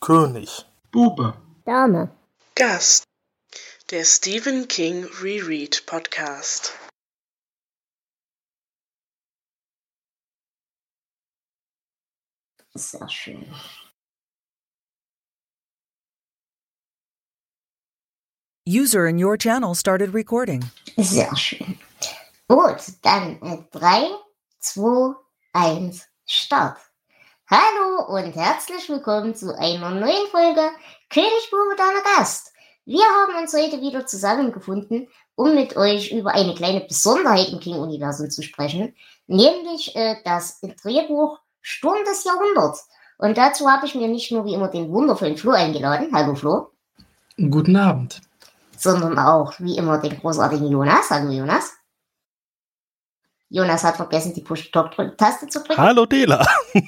König. Bube. Dame. Gast. Der Stephen King Reread Podcast. Sehr schön. User in your channel started recording. Sehr schön. Gut, dann 3, 2, 1, Start. Hallo und herzlich willkommen zu einer neuen Folge König, Bube, Dame, Gast. Wir haben uns heute wieder zusammengefunden, um mit euch über eine kleine Besonderheit im King-Universum zu sprechen, nämlich das Drehbuch Sturm des Jahrhunderts. Und dazu habe ich mir nicht nur wie immer den wundervollen Flo eingeladen, hallo Flo, Guten Abend. sondern auch wie immer den großartigen Jonas, hallo Jonas. Jonas hat vergessen, die Push-Talk-Taste zu drücken. Hallo Dela.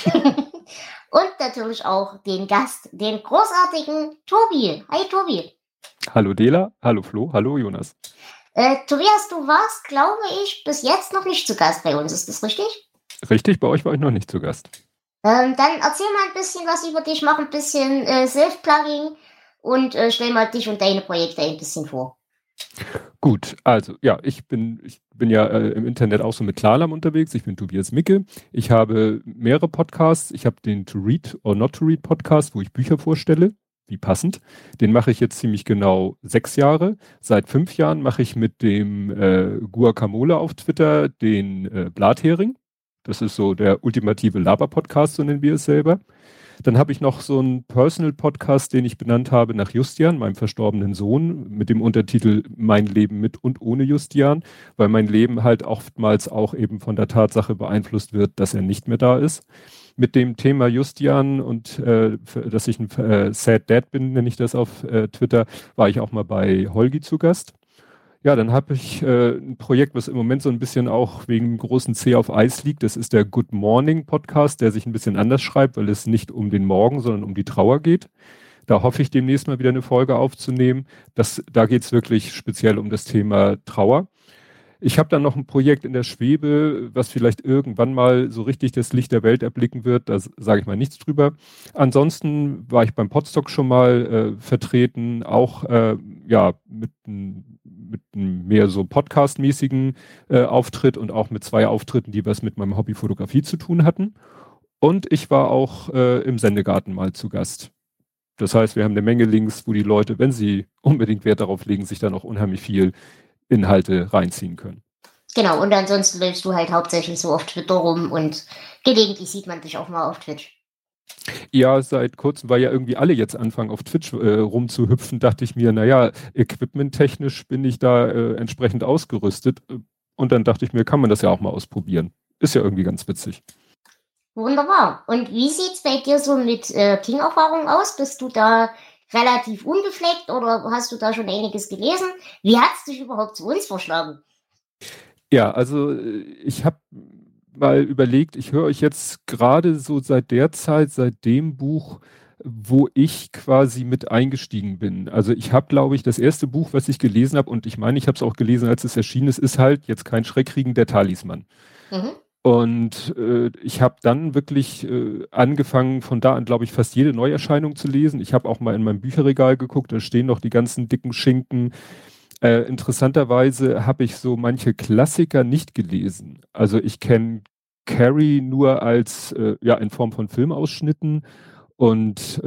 Und natürlich auch den Gast, den großartigen Tobi. Hi Tobi. Hallo Dela, hallo Flo, hallo Jonas. Tobias, du warst, glaube ich, bis jetzt noch nicht zu Gast bei uns. Ist das richtig? Richtig, bei euch war ich noch nicht zu Gast. Dann erzähl mal ein bisschen was über dich, mach ein bisschen Self-Plugging und stell mal dich und deine Projekte ein bisschen vor. Gut, also ja, ich bin ja im Internet auch so mit Klarnamen unterwegs. Ich bin Tobias Micke. Ich habe mehrere Podcasts. Ich habe den To Read or Not to Read Podcast, wo ich Bücher vorstelle. Wie passend. Den mache ich jetzt ziemlich genau 6 Jahre. Seit 5 Jahren mache ich mit dem Guacamole auf Twitter den Blathering. Das ist so der ultimative Laber-Podcast, so nennen wir es selber. Dann habe ich noch so einen Personal-Podcast, den ich benannt habe nach Justian, meinem verstorbenen Sohn, mit dem Untertitel Mein Leben mit und ohne Justian, weil mein Leben halt oftmals auch eben von der Tatsache beeinflusst wird, dass er nicht mehr da ist. Mit dem Thema Justian und dass ich ein Sad Dad bin, nenne ich das auf Twitter, war ich auch mal bei Holgi zu Gast. Ja, dann habe ich ein Projekt, was im Moment so ein bisschen auch wegen dem großen C auf Eis liegt. Das ist der Good Morning Podcast, der sich ein bisschen anders schreibt, weil es nicht um den Morgen, sondern um die Trauer geht. Da hoffe ich demnächst mal wieder eine Folge aufzunehmen. Da geht es wirklich speziell um das Thema Trauer. Ich habe dann noch ein Projekt in der Schwebe, was vielleicht irgendwann mal so richtig das Licht der Welt erblicken wird. Da sage ich mal nichts drüber. Ansonsten war ich beim Podstock schon mal vertreten, auch ja mit einem mehr so Podcast-mäßigen Auftritt und auch mit 2 Auftritten, die was mit meinem Hobby Fotografie zu tun hatten. Und ich war auch im Sendegarten mal zu Gast. Das heißt, wir haben eine Menge Links, wo die Leute, wenn sie unbedingt Wert darauf legen, sich dann auch unheimlich viel Inhalte reinziehen können. Genau, und ansonsten läufst du halt hauptsächlich so auf Twitter rum und gelegentlich sieht man dich auch mal auf Twitch. Ja, seit kurzem, weil ja irgendwie alle jetzt anfangen, auf Twitch rumzuhüpfen, dachte ich mir, naja, equipmenttechnisch bin ich da entsprechend ausgerüstet. Und dann dachte ich mir, kann man das ja auch mal ausprobieren. Ist ja irgendwie ganz witzig. Wunderbar. Und wie sieht's bei dir so mit King-Erfahrung aus? Bist du da relativ unbefleckt oder hast du da schon einiges gelesen? Wie hat's dich überhaupt zu uns verschlagen? Ja, also ich habe mal überlegt, ich höre euch jetzt gerade so seit der Zeit, seit dem Buch, wo ich quasi mit eingestiegen bin. Also ich habe, glaube ich, das erste Buch, was ich gelesen habe, und ich meine, ich habe es auch gelesen, als es erschienen ist halt jetzt kein Schreckkriegen, der Talisman. Mhm. Und ich habe dann wirklich angefangen, von da an, glaube ich, fast jede Neuerscheinung zu lesen. Ich habe auch mal in meinem Bücherregal geguckt, da stehen noch die ganzen dicken Schinken. Interessanterweise habe ich so manche Klassiker nicht gelesen. Also ich kenne Carrie nur als, ja, in Form von Filmausschnitten und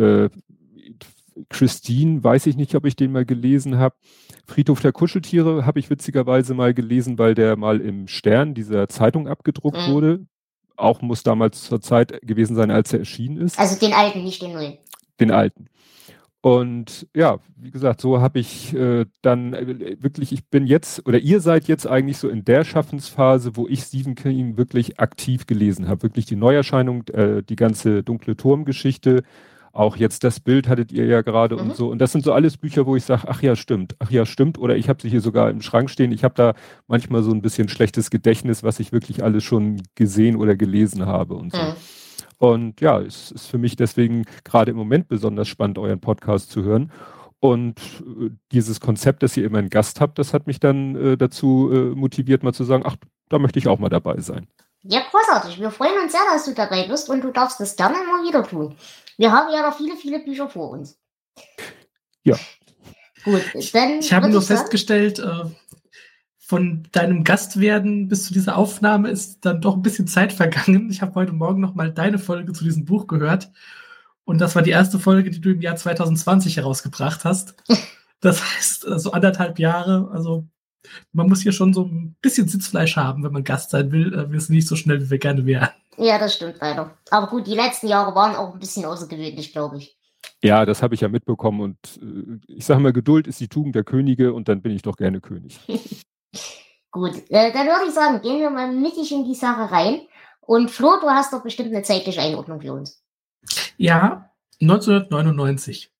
Christine, weiß ich nicht, ob ich den mal gelesen habe. Friedhof der Kuscheltiere habe ich witzigerweise mal gelesen, weil der mal im Stern dieser Zeitung abgedruckt wurde. Auch muss damals zur Zeit gewesen sein, als er erschienen ist. Also den alten, nicht den neuen. Den alten. Und ja, wie gesagt, so habe ich dann wirklich, ich bin jetzt, oder ihr seid jetzt eigentlich so in der Schaffensphase, wo ich Stephen King wirklich aktiv gelesen habe. Wirklich die Neuerscheinung, die ganze Dunkle Turm-Geschichte, auch jetzt das Bild hattet ihr ja gerade und so. Und das sind so alles Bücher, wo ich sage, ach ja, stimmt. Oder ich habe sie hier sogar im Schrank stehen. Ich habe da manchmal so ein bisschen schlechtes Gedächtnis, was ich wirklich alles schon gesehen oder gelesen habe und so. Und ja, es ist für mich deswegen gerade im Moment besonders spannend, euren Podcast zu hören. Und dieses Konzept, dass ihr immer einen Gast habt, das hat mich dann dazu motiviert, mal zu sagen, ach, da möchte ich auch mal dabei sein. Ja, großartig. Wir freuen uns sehr, dass du dabei bist und du darfst das gerne mal wieder tun. Wir haben ja noch viele, viele Bücher vor uns. Ja. Gut, dann Ich habe würde nur sagen, festgestellt, von deinem Gastwerden bis zu dieser Aufnahme ist dann doch ein bisschen Zeit vergangen. Ich habe heute Morgen noch mal deine Folge zu diesem Buch gehört. Und das war die erste Folge, die du im Jahr 2020 herausgebracht hast. Das heißt, so 1,5 Jahre. Also man muss hier schon so ein bisschen Sitzfleisch haben, wenn man Gast sein will. Wir sind nicht so schnell, wie wir gerne wären. ja, das stimmt leider. Aber gut, die letzten Jahre waren auch ein bisschen außergewöhnlich, glaube ich. Ja, das habe ich ja mitbekommen und ich sage mal, Geduld ist die Tugend der Könige und dann bin ich doch gerne König. Gut, dann würde ich sagen, gehen wir mal mittig in die Sache rein. Und Flo, du hast doch bestimmt eine zeitliche Einordnung für uns. Ja, 1999.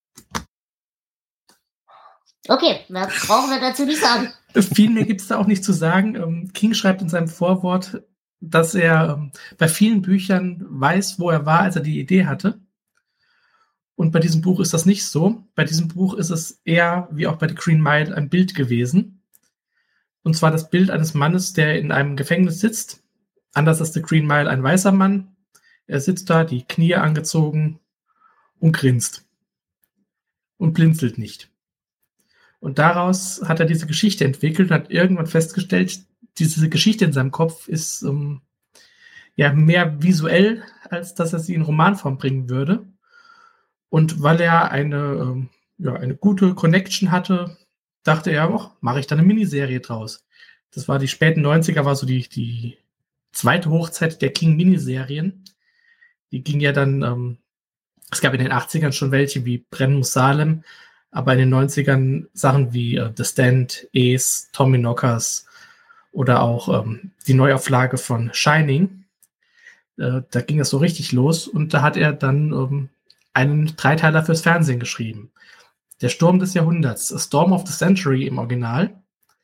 Okay, mehr brauchen wir dazu nicht sagen. Viel mehr gibt es da auch nicht zu sagen. King schreibt in seinem Vorwort, dass er bei vielen Büchern weiß, wo er war, als er die Idee hatte. Und bei diesem Buch ist das nicht so. Bei diesem Buch ist es eher, wie auch bei The Green Mile, ein Bild gewesen. Und zwar das Bild eines Mannes, der in einem Gefängnis sitzt. Anders als The Green Mile ein weißer Mann. Er sitzt da, die Knie angezogen und grinst. Und blinzelt nicht. Und daraus hat er diese Geschichte entwickelt und hat irgendwann festgestellt, diese Geschichte in seinem Kopf ist mehr visuell, als dass er sie in Romanform bringen würde. Und weil er eine gute Connection hatte, dachte er, mache ich da eine Miniserie draus. Das war die späten 90er, war so die zweite Hochzeit der King-Miniserien. Die ging ja dann, es gab in den 80ern schon welche wie Brennen muss Salem, aber in den 90ern Sachen wie The Stand, Ace, Tommyknockers oder auch die Neuauflage von Shining. Da ging es so richtig los und da hat er dann einen Dreiteiler fürs Fernsehen geschrieben. Der Sturm des Jahrhunderts, A Storm of the Century im Original.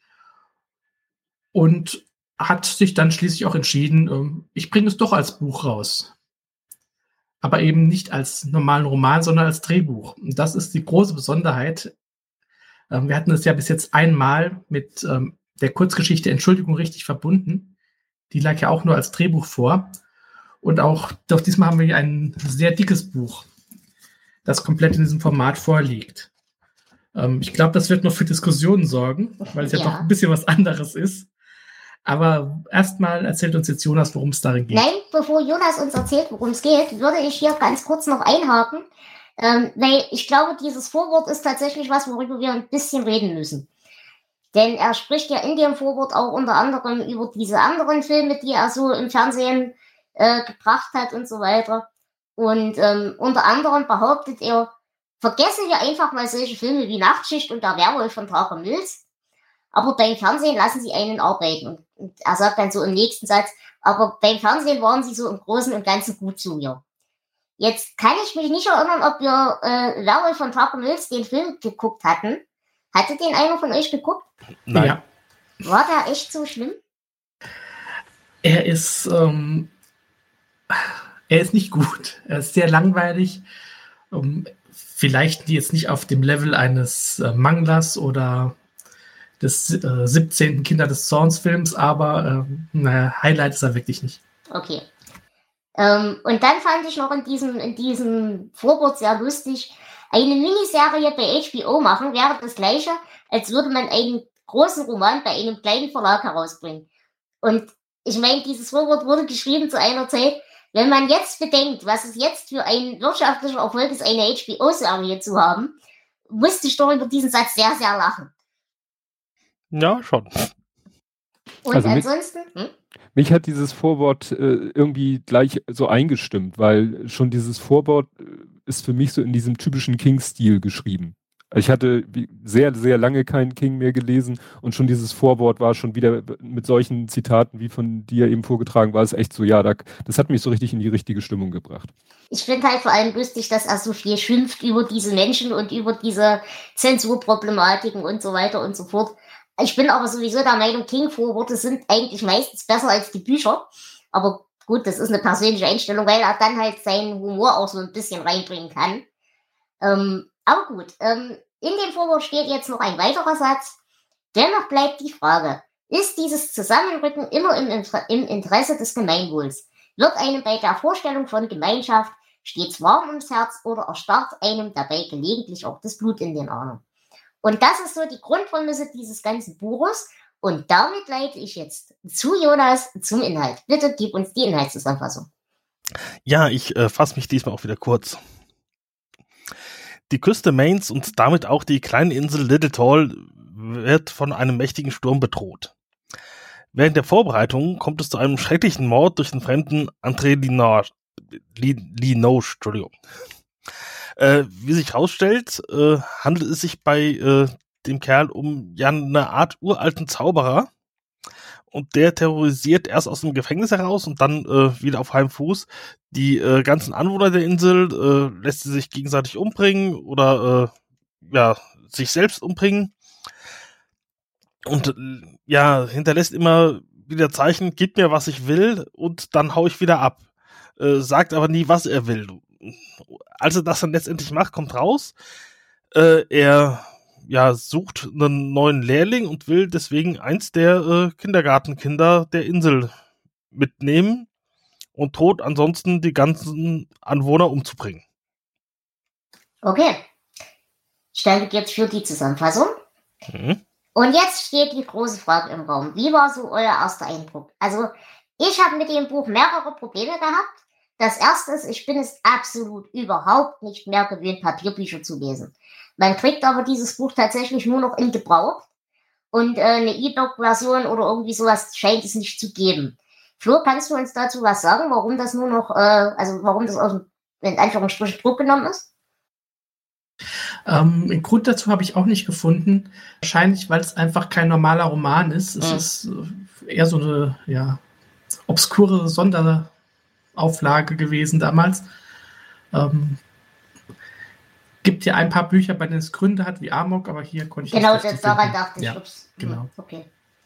Und hat sich dann schließlich auch entschieden, ich bringe es doch als Buch raus. Aber eben nicht als normalen Roman, sondern als Drehbuch. Und das ist die große Besonderheit. Wir hatten es ja bis jetzt einmal mit der Kurzgeschichte Entschuldigung richtig verbunden. Die lag ja auch nur als Drehbuch vor. Und doch diesmal haben wir hier ein sehr dickes Buch, das komplett in diesem Format vorliegt. Ich glaube, das wird noch für Diskussionen sorgen, weil es ja doch ein bisschen was anderes ist. Aber erstmal erzählt uns jetzt Jonas, worum es darin geht. Nein, bevor Jonas uns erzählt, worum es geht, würde ich hier ganz kurz noch einhaken, weil ich glaube, dieses Vorwort ist tatsächlich was, worüber wir ein bisschen reden müssen. Denn er spricht ja in dem Vorwort auch unter anderem über diese anderen Filme, die er so im Fernsehen gebracht hat und so weiter. Und unter anderem behauptet er, vergessen wir einfach mal solche Filme wie Nachtschicht und der Werwolf von Drache Mills, aber beim Fernsehen lassen sie einen arbeiten. Und er sagt dann so im nächsten Satz, aber beim Fernsehen waren sie so im Großen und Ganzen gut zu mir. Jetzt kann ich mich nicht erinnern, ob wir Werwolf von Drache Mills den Film geguckt hatten. Hatte den einer von euch geguckt? Nein. Ja. War der echt so schlimm? Er ist nicht gut. Er ist sehr langweilig. Vielleicht jetzt nicht auf dem Level eines Manglers oder des 17. Kinder des Zorns Films, aber Highlight ist er wirklich nicht. Okay. Und dann fand ich noch in diesem Vorwort sehr lustig, eine Miniserie bei HBO machen wäre das Gleiche, als würde man einen großen Roman bei einem kleinen Verlag herausbringen. Und ich meine, dieses Vorwort wurde geschrieben zu einer Zeit, wenn man jetzt bedenkt, was es jetzt für ein wirtschaftlicher Erfolg ist, eine HBO-Serie zu haben, musste ich doch über diesen Satz sehr, sehr lachen. Ja, schon. Und Also ansonsten? Mich hat dieses Vorwort irgendwie gleich so eingestimmt, weil schon dieses Vorwort ist für mich so in diesem typischen King-Stil geschrieben. Ich hatte sehr, sehr lange keinen King mehr gelesen und schon dieses Vorwort war schon wieder mit solchen Zitaten, wie von dir eben vorgetragen war, es echt so, ja, das hat mich so richtig in die richtige Stimmung gebracht. Ich finde halt vor allem lustig, dass er so viel schimpft über diese Menschen und über diese Zensurproblematiken und so weiter und so fort. Ich bin aber sowieso der Meinung, King-Vorworte sind eigentlich meistens besser als die Bücher. Aber gut, das ist eine persönliche Einstellung, weil er dann halt seinen Humor auch so ein bisschen reinbringen kann. Aber gut, in dem Vorwort steht jetzt noch ein weiterer Satz. Dennoch bleibt die Frage, ist dieses Zusammenrücken immer im Interesse des Gemeinwohls? Wird einem bei der Vorstellung von Gemeinschaft steht's warm ums Herz oder erstarrt einem dabei gelegentlich auch das Blut in den Armen. Und das ist so die Grundprämisse dieses ganzen Buches. Und damit leite ich jetzt zu Jonas zum Inhalt. Bitte gib uns die Inhaltszusammenfassung. Ja, ich fasse mich diesmal auch wieder kurz. Die Küste Maines und damit auch die kleine Insel Little Tall wird von einem mächtigen Sturm bedroht. Während der Vorbereitungen kommt es zu einem schrecklichen Mord durch den fremden André Linoche, Entschuldigung. Wie sich herausstellt, handelt es sich bei dem Kerl um ja eine Art uralten Zauberer, und der terrorisiert erst aus dem Gefängnis heraus und dann wieder auf freiem Fuß die ganzen Anwohner der Insel, lässt sie sich gegenseitig umbringen oder sich selbst umbringen und hinterlässt immer wieder Zeichen, gib mir, was ich will, und dann hau ich wieder ab. Sagt aber nie, was er will. Als er das dann letztendlich macht, kommt raus, er sucht einen neuen Lehrling und will deswegen eins der Kindergartenkinder der Insel mitnehmen und droht ansonsten die ganzen Anwohner umzubringen. Okay. Danke jetzt für die Zusammenfassung. Und jetzt steht die große Frage im Raum. Wie war so euer erster Eindruck? Also, ich habe mit dem Buch mehrere Probleme gehabt. Das erste ist, ich bin es absolut überhaupt nicht mehr gewöhnt, Papierbücher zu lesen. Man kriegt aber dieses Buch tatsächlich nur noch in Gebrauch und eine E-Book-Version oder irgendwie sowas scheint es nicht zu geben. Flo, kannst du uns dazu was sagen, warum das nur noch, warum das aus dem, in Anführungsstrichen, Druck genommen ist? Einen Grund dazu habe ich auch nicht gefunden. Wahrscheinlich, weil es einfach kein normaler Roman ist. Es ist eher so eine, obskure Sonderauflage gewesen damals. Gibt ja ein paar Bücher, bei denen es Gründe hat, wie Amok, aber hier konnte ich genau, nicht daran dachte ich. Ja, genau. Okay.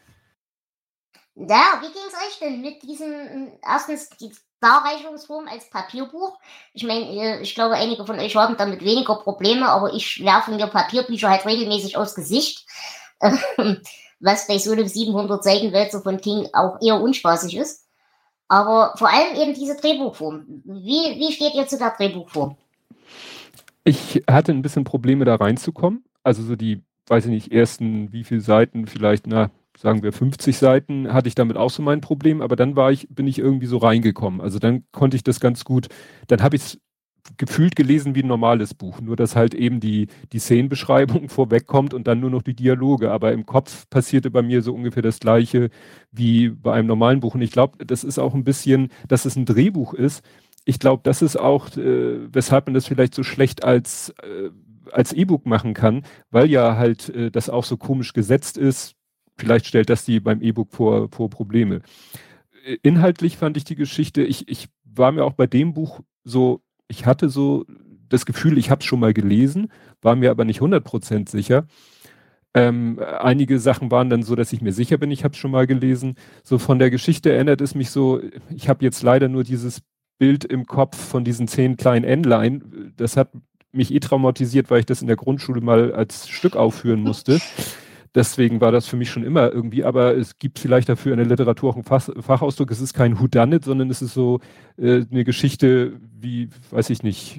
Ja, wie ging es euch denn mit diesem, erstens die Darreichungsform als Papierbuch? Ich meine, ich glaube, einige von euch haben damit weniger Probleme, aber ich werfe mir Papierbücher halt regelmäßig aufs Gesicht, was bei so einem 700-Seiten-Wälzer von King auch eher unspaßig ist. Aber vor allem eben diese Drehbuchform. Wie steht ihr zu der Drehbuchform? Ich hatte ein bisschen Probleme, da reinzukommen. Also so die, weiß ich nicht, ersten wie viele Seiten, vielleicht, sagen wir 50 Seiten, hatte ich damit auch so mein Problem, aber dann bin ich irgendwie so reingekommen. Also dann konnte ich das ganz gut, dann habe ich es gefühlt gelesen wie ein normales Buch, nur dass halt eben die Szenenbeschreibung vorwegkommt und dann nur noch die Dialoge, aber im Kopf passierte bei mir so ungefähr das Gleiche wie bei einem normalen Buch und ich glaube, das ist auch ein bisschen, dass es ein Drehbuch ist. Ich glaube, das ist auch, weshalb man das vielleicht so schlecht als E-Book machen kann, weil ja halt das auch so komisch gesetzt ist. Vielleicht stellt das die beim E-Book vor Probleme. Inhaltlich fand ich die Geschichte, ich war mir auch bei dem Buch so, ich hatte so das Gefühl, ich habe es schon mal gelesen, war mir aber nicht 100% sicher. Einige Sachen waren dann so, dass ich mir sicher bin, ich habe es schon mal gelesen. So von der Geschichte erinnert es mich so, ich habe jetzt leider nur dieses Bild im Kopf von diesen 10 kleinen Entlein. Das hat mich traumatisiert, weil ich das in der Grundschule mal als Stück aufführen musste. Deswegen war das für mich schon immer irgendwie, aber es gibt vielleicht dafür in der Literatur auch einen Fachausdruck. Es ist kein Whodunit, sondern es ist so eine Geschichte wie, weiß ich nicht,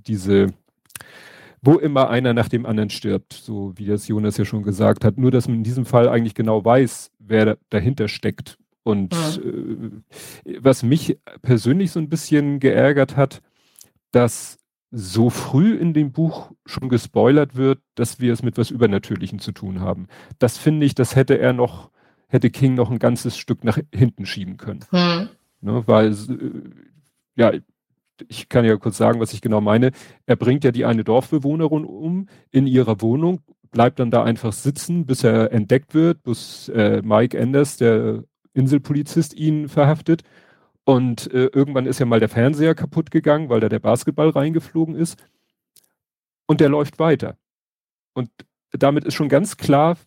wo immer einer nach dem anderen stirbt, so wie das Jonas ja schon gesagt hat. Nur, dass man in diesem Fall eigentlich genau weiß, wer dahinter steckt. Und was mich persönlich so ein bisschen geärgert hat, dass so früh in dem Buch schon gespoilert wird, dass wir es mit was Übernatürlichem zu tun haben. Das finde ich, das hätte King noch ein ganzes Stück nach hinten schieben können. Ne, weil, ich kann ja kurz sagen, was ich genau meine. Er bringt ja die eine Dorfbewohnerin um in ihrer Wohnung, bleibt dann da einfach sitzen, bis er entdeckt wird, bis Mike Anders, der Inselpolizist, ihn verhaftet. Und irgendwann ist ja mal der Fernseher kaputt gegangen, weil da der Basketball reingeflogen ist. Und der läuft weiter. Und damit ist schon ganz klar,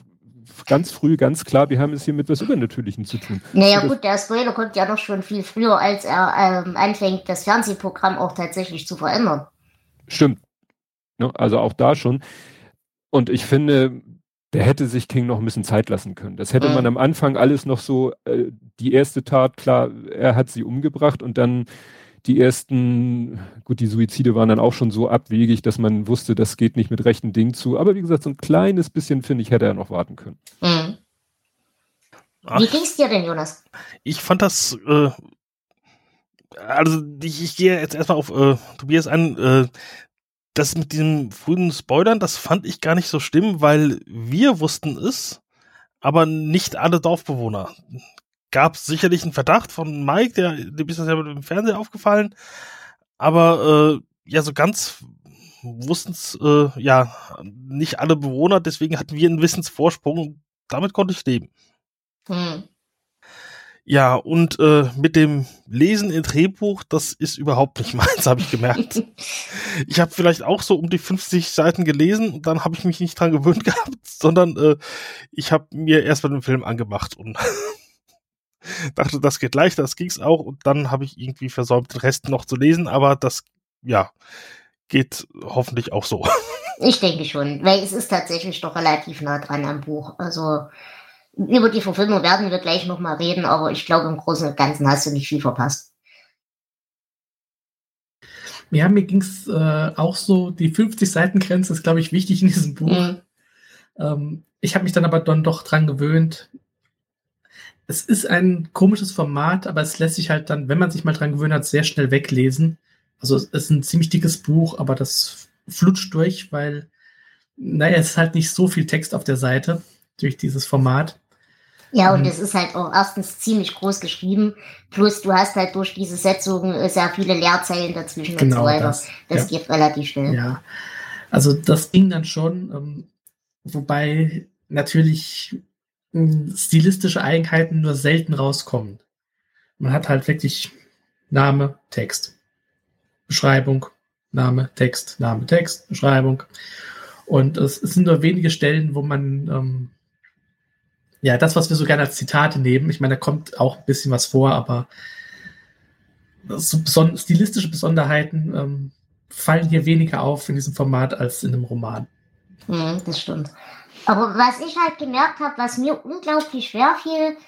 wir haben es hier mit was Übernatürlichem zu tun. Naja gut, der Spoiler kommt ja doch schon viel früher, als er anfängt, das Fernsehprogramm auch tatsächlich zu verändern. Stimmt. Ne, also auch da schon. Und ich finde, der hätte sich King noch ein bisschen Zeit lassen können. Das hätte man am Anfang alles noch so, die erste Tat, klar, er hat sie umgebracht und dann die ersten, gut, die Suizide waren dann auch schon so abwegig, dass man wusste, das geht nicht mit rechten Dingen zu. Aber wie gesagt, so ein kleines bisschen, finde ich, hätte er noch warten können. Mhm. Ach, Wie ging's dir denn, Jonas? ich fand das, also ich gehe jetzt erstmal auf Tobias an, das mit diesem frühen Spoilern, das fand ich gar nicht so schlimm, weil wir wussten es, aber nicht alle Dorfbewohner. Gab sicherlich einen Verdacht von Mike, dem ist das ja mit dem Fernseher aufgefallen, aber ja, so ganz wussten es ja nicht alle Bewohner, deswegen hatten wir einen Wissensvorsprung und damit konnte ich leben. Hm. Ja, und mit dem Lesen in Drehbuch, das ist überhaupt nicht meins, habe ich gemerkt. Ich habe vielleicht auch so um die 50 Seiten gelesen und dann habe ich mich nicht dran gewöhnt gehabt, sondern ich habe mir erstmal den Film angemacht und dachte, das geht leichter, das ging's auch und dann habe ich irgendwie versäumt, den Rest noch zu lesen, aber das, ja, geht hoffentlich auch so. Ich denke schon, weil es ist tatsächlich doch relativ nah dran am Buch. Also über die Verfilmung werden wir gleich nochmal reden, aber ich glaube, im Großen und Ganzen hast du nicht viel verpasst. Ja, mir ging es auch so, die 50-Seiten-Grenze ist, glaube ich, wichtig in diesem Buch. Ich habe mich dann aber dann doch dran gewöhnt. Es ist ein komisches Format, aber es lässt sich halt dann, wenn man sich mal dran gewöhnt hat, sehr schnell weglesen. Also es ist ein ziemlich dickes Buch, aber das flutscht durch, weil, naja, es ist halt nicht so viel Text auf der Seite durch dieses Format. Ja, und es ist halt auch erstens ziemlich groß geschrieben, plus du hast halt durch diese Setzung sehr viele Leerzeilen dazwischen Genau, und so weiter. Das ja. geht relativ schnell. Ja, also das ging dann schon, wobei natürlich stilistische Eigenheiten nur selten rauskommen. Man hat halt wirklich Name, Text, Beschreibung, Name, Text, Beschreibung. Und es sind nur wenige Stellen, wo man ja, das, was wir so gerne als Zitate nehmen, ich meine, da kommt auch ein bisschen was vor, aber so stilistische Besonderheiten fallen hier weniger auf in diesem Format als in einem Roman. Das stimmt. Aber was ich halt gemerkt habe, was mir unglaublich schwer fiel,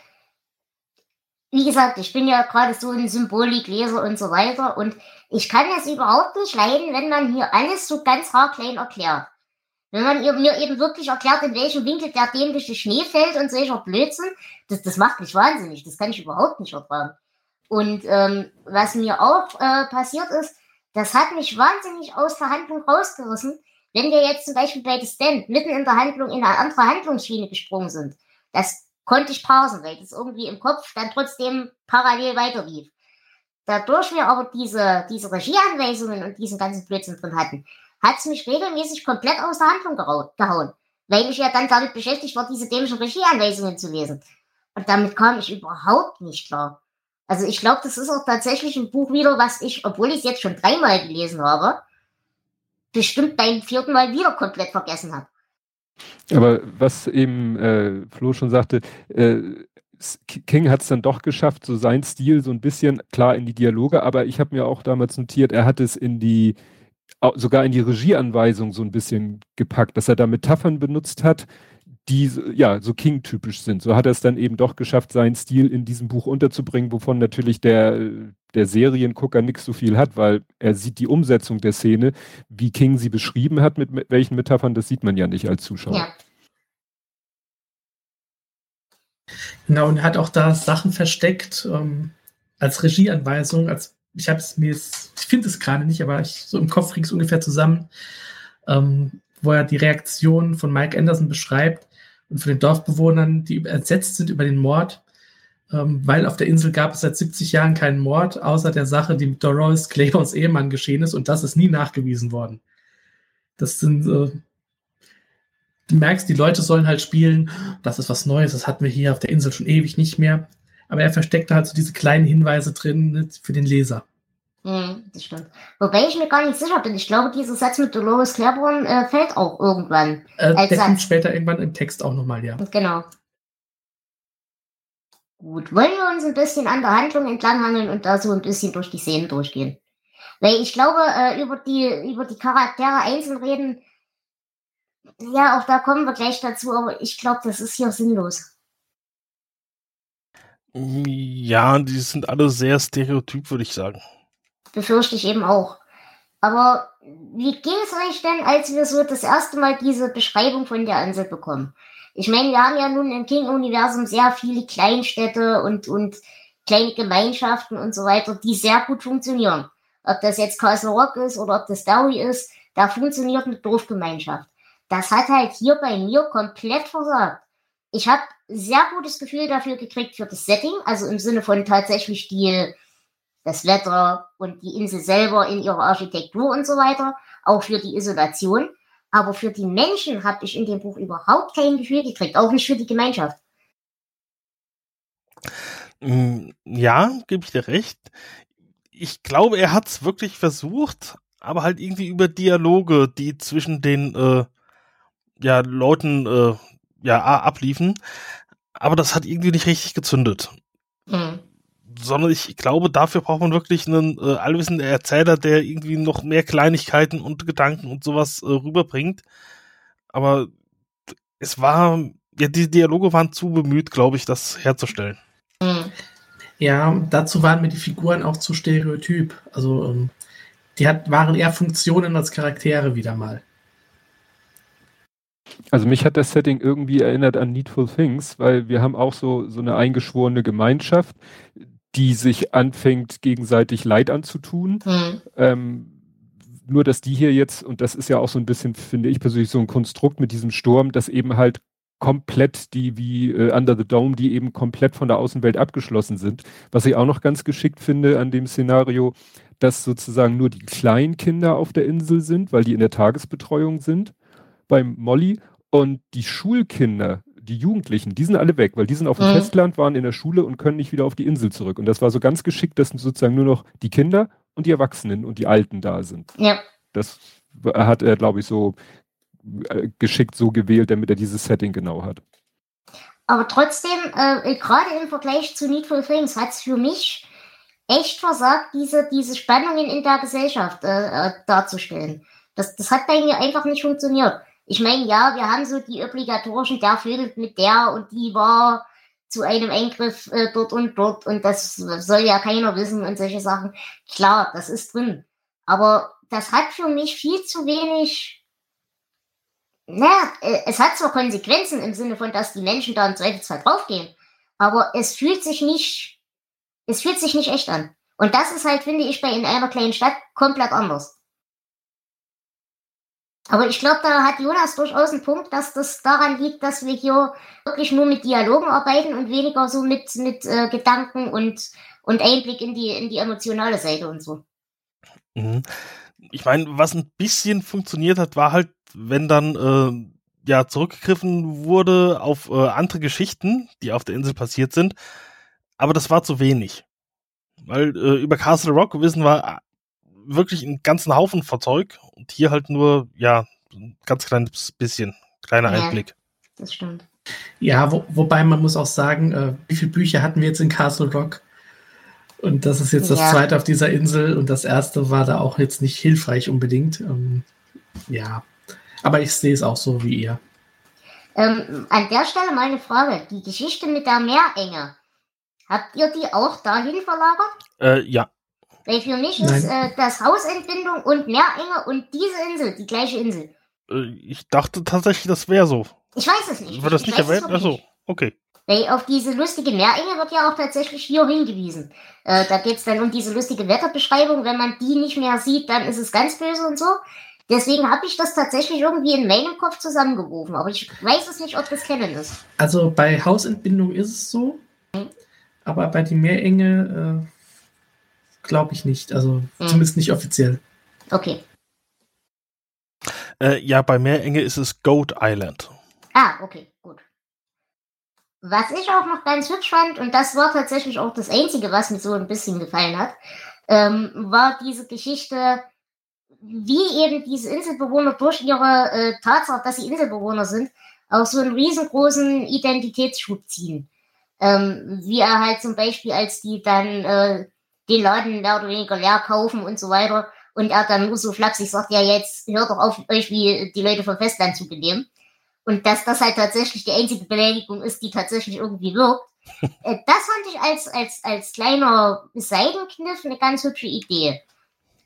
wie gesagt, ich bin ja gerade so ein Symbolikleser und so weiter und ich kann es überhaupt nicht leiden, wenn man hier alles so ganz haarklein erklärt. Wenn man mir eben wirklich erklärt, in welchem Winkel der dämliche Schnee fällt und solcher Blödsinn, das macht mich wahnsinnig. Das kann ich überhaupt nicht ertragen. Und was mir auch passiert ist, das hat mich wahnsinnig aus der Handlung rausgerissen, wenn wir jetzt zum Beispiel bei The Stand mitten in der Handlung in eine andere Handlungsschiene gesprungen sind. Das konnte ich parsen, weil das irgendwie im Kopf dann trotzdem parallel weiterlief. Dadurch wir aber diese Regieanweisungen und diesen ganzen Blödsinn drin hatten, hat es mich regelmäßig komplett aus der Handlung gehauen, weil ich ja dann damit beschäftigt war, diese dämlichen Regieanweisungen zu lesen. Und damit kam ich überhaupt nicht klar. Also ich glaube, das ist auch tatsächlich ein Buch wieder, was ich, obwohl ich es jetzt schon 3-mal gelesen habe, bestimmt beim 4. Mal wieder komplett vergessen habe. Aber was eben Flo schon sagte, King hat es dann doch geschafft, so sein Stil so ein bisschen, klar in die Dialoge, aber ich habe mir auch damals notiert, er hat es sogar in die Regieanweisung so ein bisschen gepackt, dass er da Metaphern benutzt hat, die ja so King-typisch sind. So hat er es dann eben doch geschafft, seinen Stil in diesem Buch unterzubringen, wovon natürlich der Seriengucker nichts so viel hat, weil er sieht die Umsetzung der Szene, wie King sie beschrieben hat, mit welchen Metaphern, das sieht man ja nicht als Zuschauer. Ja. Genau, und er hat auch da Sachen versteckt als Regieanweisung, ich finde es gerade nicht, aber so im Kopf kriege ich es ungefähr zusammen, wo er die Reaktion von Mike Anderson beschreibt und von den Dorfbewohnern, die entsetzt sind über den Mord, weil auf der Insel gab es seit 70 Jahren keinen Mord, außer der Sache, die mit Dolores Claibornes Ehemann geschehen ist, und das ist nie nachgewiesen worden. Das sind, du merkst, die Leute sollen halt spielen, das ist was Neues, das hatten wir hier auf der Insel schon ewig nicht mehr. Aber er versteckt halt so diese kleinen Hinweise drin für den Leser. Das stimmt. Wobei ich mir gar nicht sicher bin. Ich glaube, dieser Satz mit Dolores Claiborne fällt auch irgendwann. Der kommt später irgendwann im Text auch nochmal, ja. Genau. Gut, wollen wir uns ein bisschen an der Handlung entlanghangeln und da so ein bisschen durch die Szenen durchgehen? Weil ich glaube, über die Charaktere einzeln reden, ja, auch da kommen wir gleich dazu, aber ich glaube, das ist hier sinnlos. Ja, die sind alle sehr stereotyp, würde ich sagen. befürchte ich eben auch. Aber wie ging es euch denn, als wir so das erste Mal diese Beschreibung von der Insel bekommen? Ich meine, wir haben ja nun im King-Universum sehr viele Kleinstädte und kleine Gemeinschaften und so weiter, die sehr gut funktionieren. Ob das jetzt Castle Rock ist oder ob das Derry ist, da funktioniert eine Dorfgemeinschaft. Das hat halt hier bei mir komplett versagt. Ich habe sehr gutes Gefühl dafür gekriegt für das Setting, also im Sinne von tatsächlich das Wetter und die Insel selber in ihrer Architektur und so weiter, auch für die Isolation. Aber für die Menschen habe ich in dem Buch überhaupt kein Gefühl gekriegt, auch nicht für die Gemeinschaft. Ja, gebe ich dir recht. Ich glaube, er hat es wirklich versucht, aber halt irgendwie über Dialoge, die zwischen den Leuten abliefen. Aber das hat irgendwie nicht richtig gezündet. Sondern ich glaube, dafür braucht man wirklich einen allwissenden Erzähler, der irgendwie noch mehr Kleinigkeiten und Gedanken und sowas rüberbringt. Aber es war, die Dialoge waren zu bemüht, glaube ich, das herzustellen. Ja, dazu waren mir die Figuren auch zu stereotyp. Also waren eher Funktionen als Charaktere wieder mal. Also mich hat das Setting irgendwie erinnert an Needful Things, weil wir haben auch so eine eingeschworene Gemeinschaft, die sich anfängt, gegenseitig Leid anzutun. Nur, dass die hier jetzt, und das ist ja auch so ein bisschen, finde ich persönlich, so ein Konstrukt mit diesem Sturm, dass eben halt komplett wie Under the Dome, die eben komplett von der Außenwelt abgeschlossen sind. Was ich auch noch ganz geschickt finde an dem Szenario, dass sozusagen nur die kleinen Kinder auf der Insel sind, weil die in der Tagesbetreuung sind, beim Molly, und die Schulkinder, die Jugendlichen, die sind alle weg, weil die sind auf dem Festland, waren in der Schule und können nicht wieder auf die Insel zurück. Und das war so ganz geschickt, dass sozusagen nur noch die Kinder und die Erwachsenen und die Alten da sind. Ja. Das hat er, glaube ich, so geschickt so gewählt, damit er dieses Setting genau hat. Aber trotzdem, gerade im Vergleich zu Needful Things hat es für mich echt versagt, diese Spannungen in der Gesellschaft darzustellen. Das hat bei mir einfach nicht funktioniert. Ich meine, ja, wir haben so die obligatorischen, der vögelt mit der und die war zu einem Eingriff dort und das soll ja keiner wissen und solche Sachen. Klar, das ist drin. Aber das hat für mich viel zu wenig. Es hat zwar Konsequenzen im Sinne von, dass die Menschen da im Zweifelsfall draufgehen, aber es fühlt sich nicht echt an. Und das ist halt, finde ich, bei In einer kleinen Stadt komplett anders. Aber ich glaube, da hat Jonas durchaus einen Punkt, dass das daran liegt, dass wir hier wirklich nur mit Dialogen arbeiten und weniger so mit Gedanken und Einblick in die emotionale Seite und so. Ich meine, was ein bisschen funktioniert hat, war halt, wenn dann zurückgegriffen wurde auf andere Geschichten, die auf der Insel passiert sind. Aber das war zu wenig. Weil über Castle Rock wissen wir wirklich einen ganzen Haufen von Zeug und hier halt nur, ein ganz kleines bisschen, kleiner Einblick. Das stimmt. Ja, wobei man muss auch sagen, wie viele Bücher hatten wir jetzt in Castle Rock? Und das ist jetzt das zweite auf dieser Insel und das erste war da auch jetzt nicht hilfreich unbedingt. Aber ich sehe es auch so wie ihr. An der Stelle mal eine Frage. Die Geschichte mit der Meerenge, habt ihr die auch dahin verlagert? Ja. Weil für mich ist das Hausentbindung und Meerenge und diese Insel die gleiche Insel. Ich dachte tatsächlich, das wäre so. Ich weiß es nicht. Wird das nicht erwähnt? Achso, okay. Weil auf diese lustige Meerenge wird ja auch tatsächlich hier hingewiesen. Da geht es dann um diese lustige Wetterbeschreibung. Wenn man die nicht mehr sieht, dann ist es ganz böse und so. Deswegen habe ich das tatsächlich irgendwie in meinem Kopf zusammengerufen. Aber ich weiß es nicht, ob das Canon ist. Also bei Hausentbindung ist es so. Aber bei der Meerenge glaube ich nicht. Also zumindest nicht offiziell. Okay. Bei Meerenge ist es Goat Island. Okay, gut. Was ich auch noch ganz hübsch fand, und das war tatsächlich auch das Einzige, was mir so ein bisschen gefallen hat, war diese Geschichte, wie eben diese Inselbewohner durch ihre Tatsache, dass sie Inselbewohner sind, auch so einen riesengroßen Identitätsschub ziehen. Wie er halt zum Beispiel, als die dann den Laden mehr oder weniger leer kaufen und so weiter, und er dann nur so flapsig sagt, ja, jetzt hört doch auf, euch wie die Leute vom Festland zu benehmen. Und dass das halt tatsächlich die einzige Beleidigung ist, die tatsächlich irgendwie wirkt. Das fand ich als kleiner Seitenkniff eine ganz hübsche Idee.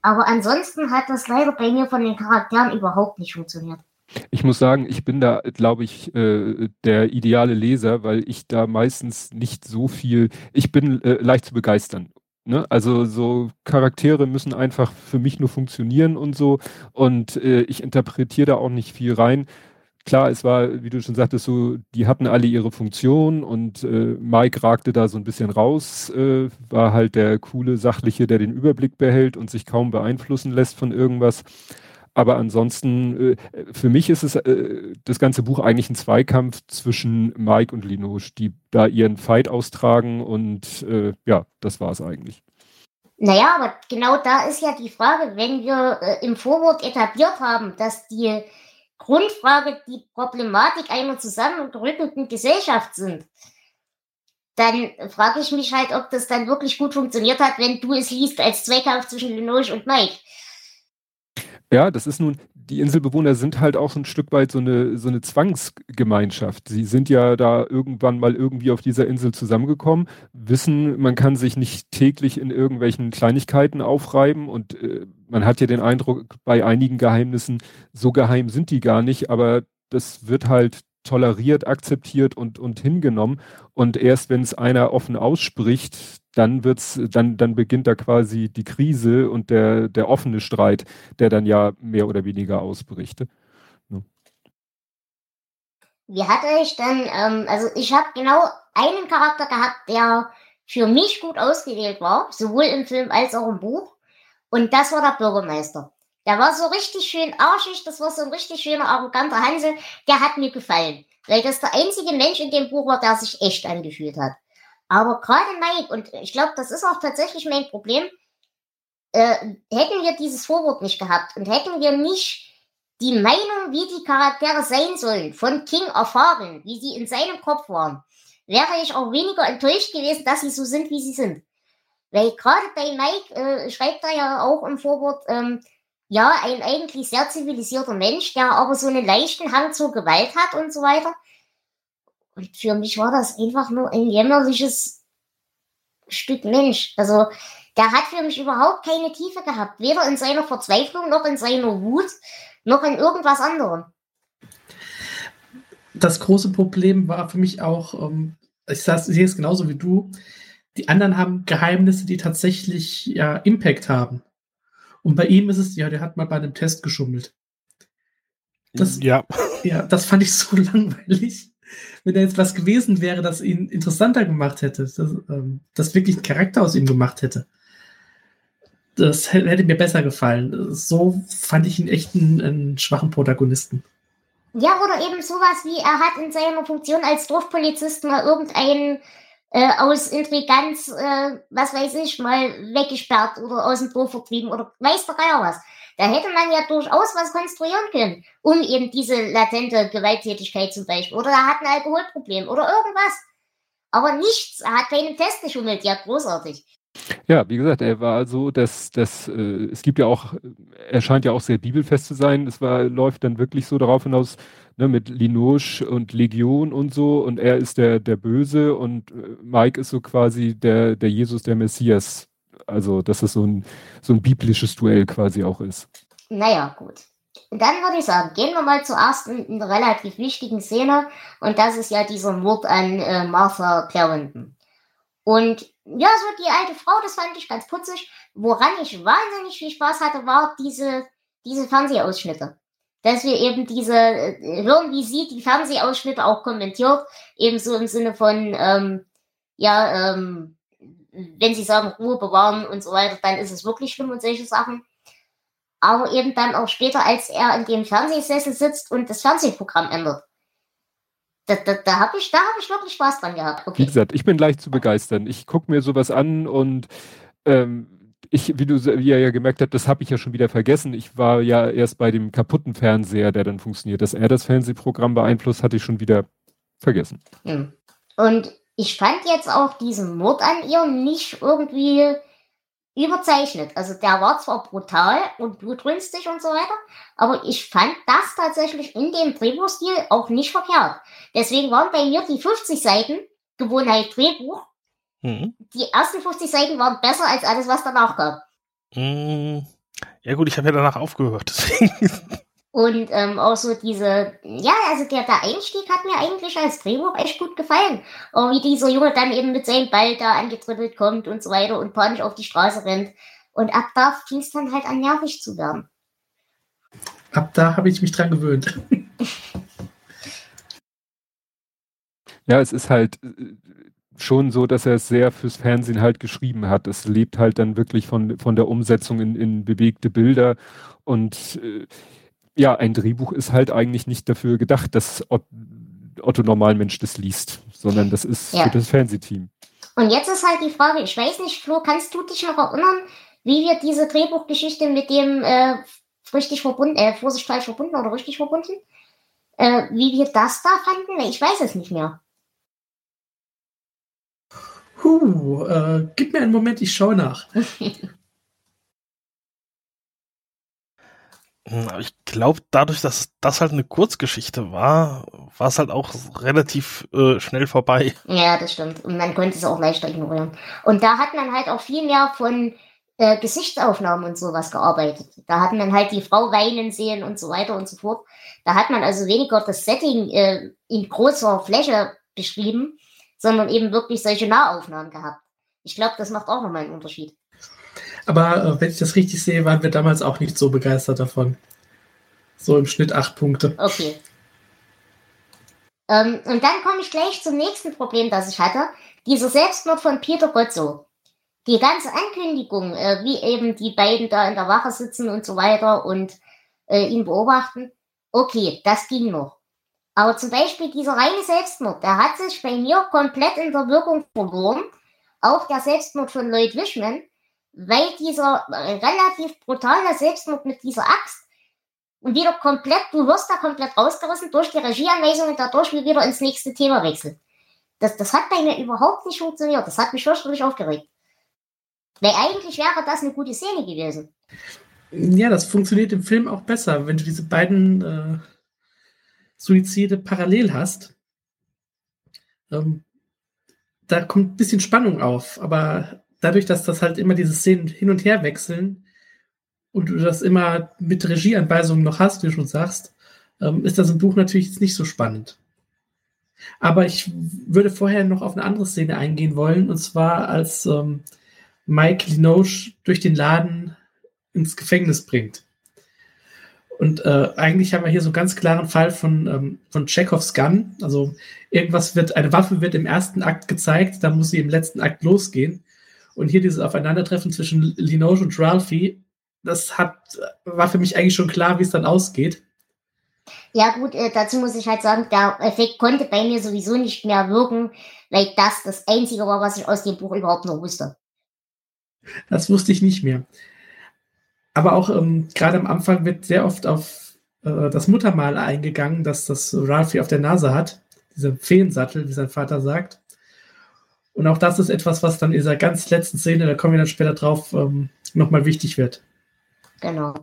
Aber ansonsten hat das leider bei mir von den Charakteren überhaupt nicht funktioniert. Ich muss sagen, ich bin da, glaube ich, der ideale Leser, weil ich da meistens nicht so viel, ich bin leicht zu begeistern. Ne? Also so Charaktere müssen einfach für mich nur funktionieren und so und ich interpretiere da auch nicht viel rein. Klar, es war, wie du schon sagtest, so, die hatten alle ihre Funktion und Mike ragte da so ein bisschen raus, war halt der coole, sachliche, der den Überblick behält und sich kaum beeinflussen lässt von irgendwas. Aber ansonsten, für mich ist es das ganze Buch eigentlich ein Zweikampf zwischen Mike und Linoche, die da ihren Fight austragen und ja, das war es eigentlich. Naja, aber genau da ist ja die Frage, wenn wir im Vorwort etabliert haben, dass die Grundfrage die Problematik einer zusammengerückelten Gesellschaft sind, dann frage ich mich halt, ob das dann wirklich gut funktioniert hat, wenn du es liest als Zweikampf zwischen Linoche und Mike. Ja, das ist nun, die Inselbewohner sind halt auch so ein Stück weit so eine Zwangsgemeinschaft. Sie sind ja da irgendwann mal irgendwie auf dieser Insel zusammengekommen, wissen, man kann sich nicht täglich in irgendwelchen Kleinigkeiten aufreiben und man hat ja den Eindruck, bei einigen Geheimnissen, so geheim sind die gar nicht, aber das wird halt toleriert, akzeptiert und hingenommen. Und erst wenn es einer offen ausspricht, dann beginnt da quasi die Krise und der offene Streit, der dann ja mehr oder weniger ausbricht. Ja. Wie hatte ich dann, also ich habe genau einen Charakter gehabt, der für mich gut ausgewählt war, sowohl im Film als auch im Buch. Und das war der Bürgermeister. Der war so richtig schön arschig, das war so ein richtig schöner, arroganter Hansel. Der hat mir gefallen, weil das der einzige Mensch in dem Buch war, der sich echt angefühlt hat. Aber gerade Mike, und ich glaube, das ist auch tatsächlich mein Problem, hätten wir dieses Vorwort nicht gehabt und hätten wir nicht die Meinung, wie die Charaktere sein sollen, von King erfahren, wie sie in seinem Kopf waren, wäre ich auch weniger enttäuscht gewesen, dass sie so sind, wie sie sind. Weil gerade bei Mike schreibt er ja auch im Vorwort, ja, ein eigentlich sehr zivilisierter Mensch, der aber so einen leichten Hang zur Gewalt hat und so weiter. Und für mich war das einfach nur ein jämmerliches Stück Mensch. Also der hat für mich überhaupt keine Tiefe gehabt. Weder in seiner Verzweiflung, noch in seiner Wut, noch in irgendwas anderem. Das große Problem war für mich auch, ich sehe es genauso wie du, die anderen haben Geheimnisse, die tatsächlich ja Impact haben. Und bei ihm ist es, ja, der hat mal bei einem Test geschummelt. Ja, das fand ich so langweilig. Wenn da jetzt was gewesen wäre, das ihn interessanter gemacht hätte, das wirklich einen Charakter aus ihm gemacht hätte. Das hätte mir besser gefallen. So fand ich ihn echt einen schwachen Protagonisten. Ja, oder eben sowas wie, er hat in seiner Funktion als Dorfpolizist mal irgendeinen aus Intriganz, was weiß ich, mal weggesperrt oder aus dem Dorf vertrieben oder weiß der Geier was. Da hätte man ja durchaus was konstruieren können, um eben diese latente Gewalttätigkeit zum Beispiel. Oder er hat ein Alkoholproblem oder irgendwas. Aber nichts, er hat keinen Test geschummelt, ja, großartig. Ja, wie gesagt, er war so, es gibt ja auch, er scheint ja auch sehr bibelfest zu sein. Läuft dann wirklich so darauf hinaus, ne, mit Linoche und Legion und so, und er ist der Böse und Mike ist so quasi der Jesus, der Messias. Also, dass es so ein biblisches Duell quasi auch ist. Naja, gut. Und dann würde ich sagen, gehen wir mal zur ersten relativ wichtigen Szene, und das ist ja dieser Mord an Martha Clarendon. Und ja, so die alte Frau, das fand ich ganz putzig. Woran ich wahnsinnig viel Spaß hatte, war diese Fernsehausschnitte. Dass wir eben hören, wie sie die Fernsehausschnitte auch kommentiert, ebenso im Sinne von, wenn sie sagen, Ruhe bewahren und so weiter, dann ist es wirklich schlimm und solche Sachen. Aber eben dann auch später, als er in dem Fernsehsessel sitzt und das Fernsehprogramm ändert. Da hab ich wirklich Spaß dran gehabt. Okay. Wie gesagt, ich bin leicht zu begeistern. Ich gucke mir sowas an und wie ihr ja gemerkt habt, das habe ich ja schon wieder vergessen. Ich war ja erst bei dem kaputten Fernseher, der dann funktioniert. Dass er das Fernsehprogramm beeinflusst, hatte ich schon wieder vergessen. Und ich fand jetzt auch diesen Mord an ihr nicht irgendwie überzeichnet. Also der war zwar brutal und blutrünstig und so weiter, aber ich fand das tatsächlich in dem Drehbuchstil auch nicht verkehrt. Deswegen waren bei mir die 50 Seiten Gewohnheit Drehbuch. Die ersten 50 Seiten waren besser als alles, was danach kam. Ja gut, ich habe ja danach aufgehört, deswegen. Und auch so also der Einstieg hat mir eigentlich als Drehbuch echt gut gefallen. Auch wie dieser Junge dann eben mit seinem Ball da angetribbelt kommt und so weiter und panisch auf die Straße rennt. Und ab da fing es dann halt an, nervig zu werden. Ab da habe ich mich dran gewöhnt. Ja, es ist halt schon so, dass er es sehr fürs Fernsehen halt geschrieben hat. Es lebt halt dann wirklich von der Umsetzung in bewegte Bilder. Und ja, ein Drehbuch ist halt eigentlich nicht dafür gedacht, dass Otto Normalmensch das liest, sondern das ist für das Fernsehteam. Und jetzt ist halt die Frage, ich weiß nicht, Flo, kannst du dich noch erinnern, wie wir diese Drehbuchgeschichte mit dem richtig verbunden, Vorsicht, falsch verbunden oder richtig verbunden, wie wir das da fanden? Ich weiß es nicht mehr. Gib mir einen Moment, ich schaue nach. Ich glaube, dadurch, dass das halt eine Kurzgeschichte war es halt auch relativ schnell vorbei. Ja, das stimmt. Und man konnte es auch leichter ignorieren. Und da hat man halt auch viel mehr von Gesichtsaufnahmen und sowas gearbeitet. Da hat man halt die Frau weinen sehen und so weiter und so fort. Da hat man also weniger das Setting in großer Fläche beschrieben, sondern eben wirklich solche Nahaufnahmen gehabt. Ich glaube, das macht auch nochmal einen Unterschied. Aber wenn ich das richtig sehe, waren wir damals auch nicht so begeistert davon. So im Schnitt 8 Punkte. Okay. Und dann komme ich gleich zum nächsten Problem, das ich hatte. Dieser Selbstmord von Peter Gotzo. Die ganze Ankündigung, wie eben die beiden da in der Wache sitzen und so weiter und ihn beobachten. Okay, das ging noch. Aber zum Beispiel dieser reine Selbstmord, der hat sich bei mir komplett in der Wirkung verloren. Auch der Selbstmord von Lloyd Wishman, weil dieser relativ brutale Selbstmord mit dieser Axt und wieder du wirst da komplett rausgerissen durch die Regieanweisungen, dadurch wir wieder ins nächste Thema wechseln. Das hat bei mir überhaupt nicht funktioniert. Das hat mich fürchterlich aufgeregt. Weil eigentlich wäre das eine gute Szene gewesen. Ja, das funktioniert im Film auch besser, wenn du diese beiden Suizide parallel hast. Da kommt ein bisschen Spannung auf, aber dadurch, dass das halt immer diese Szenen hin und her wechseln und du das immer mit Regieanweisungen noch hast, wie du schon sagst, ist das im Buch natürlich jetzt nicht so spannend. Aber ich würde vorher noch auf eine andere Szene eingehen wollen, und zwar als Mike Linoche durch den Laden ins Gefängnis bringt. Und eigentlich haben wir hier so einen ganz klaren Fall von Chekhovs Gun. Also eine Waffe wird im ersten Akt gezeigt, dann muss sie im letzten Akt losgehen. Und hier dieses Aufeinandertreffen zwischen Linoche und Ralphie, war für mich eigentlich schon klar, wie es dann ausgeht. Ja gut, dazu muss ich halt sagen, der Effekt konnte bei mir sowieso nicht mehr wirken, weil das Einzige war, was ich aus dem Buch überhaupt noch wusste. Das wusste ich nicht mehr. Aber auch gerade am Anfang wird sehr oft auf das Muttermal eingegangen, dass das Ralphie auf der Nase hat. Dieser Feensattel, wie sein Vater sagt. Und auch das ist etwas, was dann in dieser ganz letzten Szene, da kommen wir dann später drauf, nochmal wichtig wird. Genau.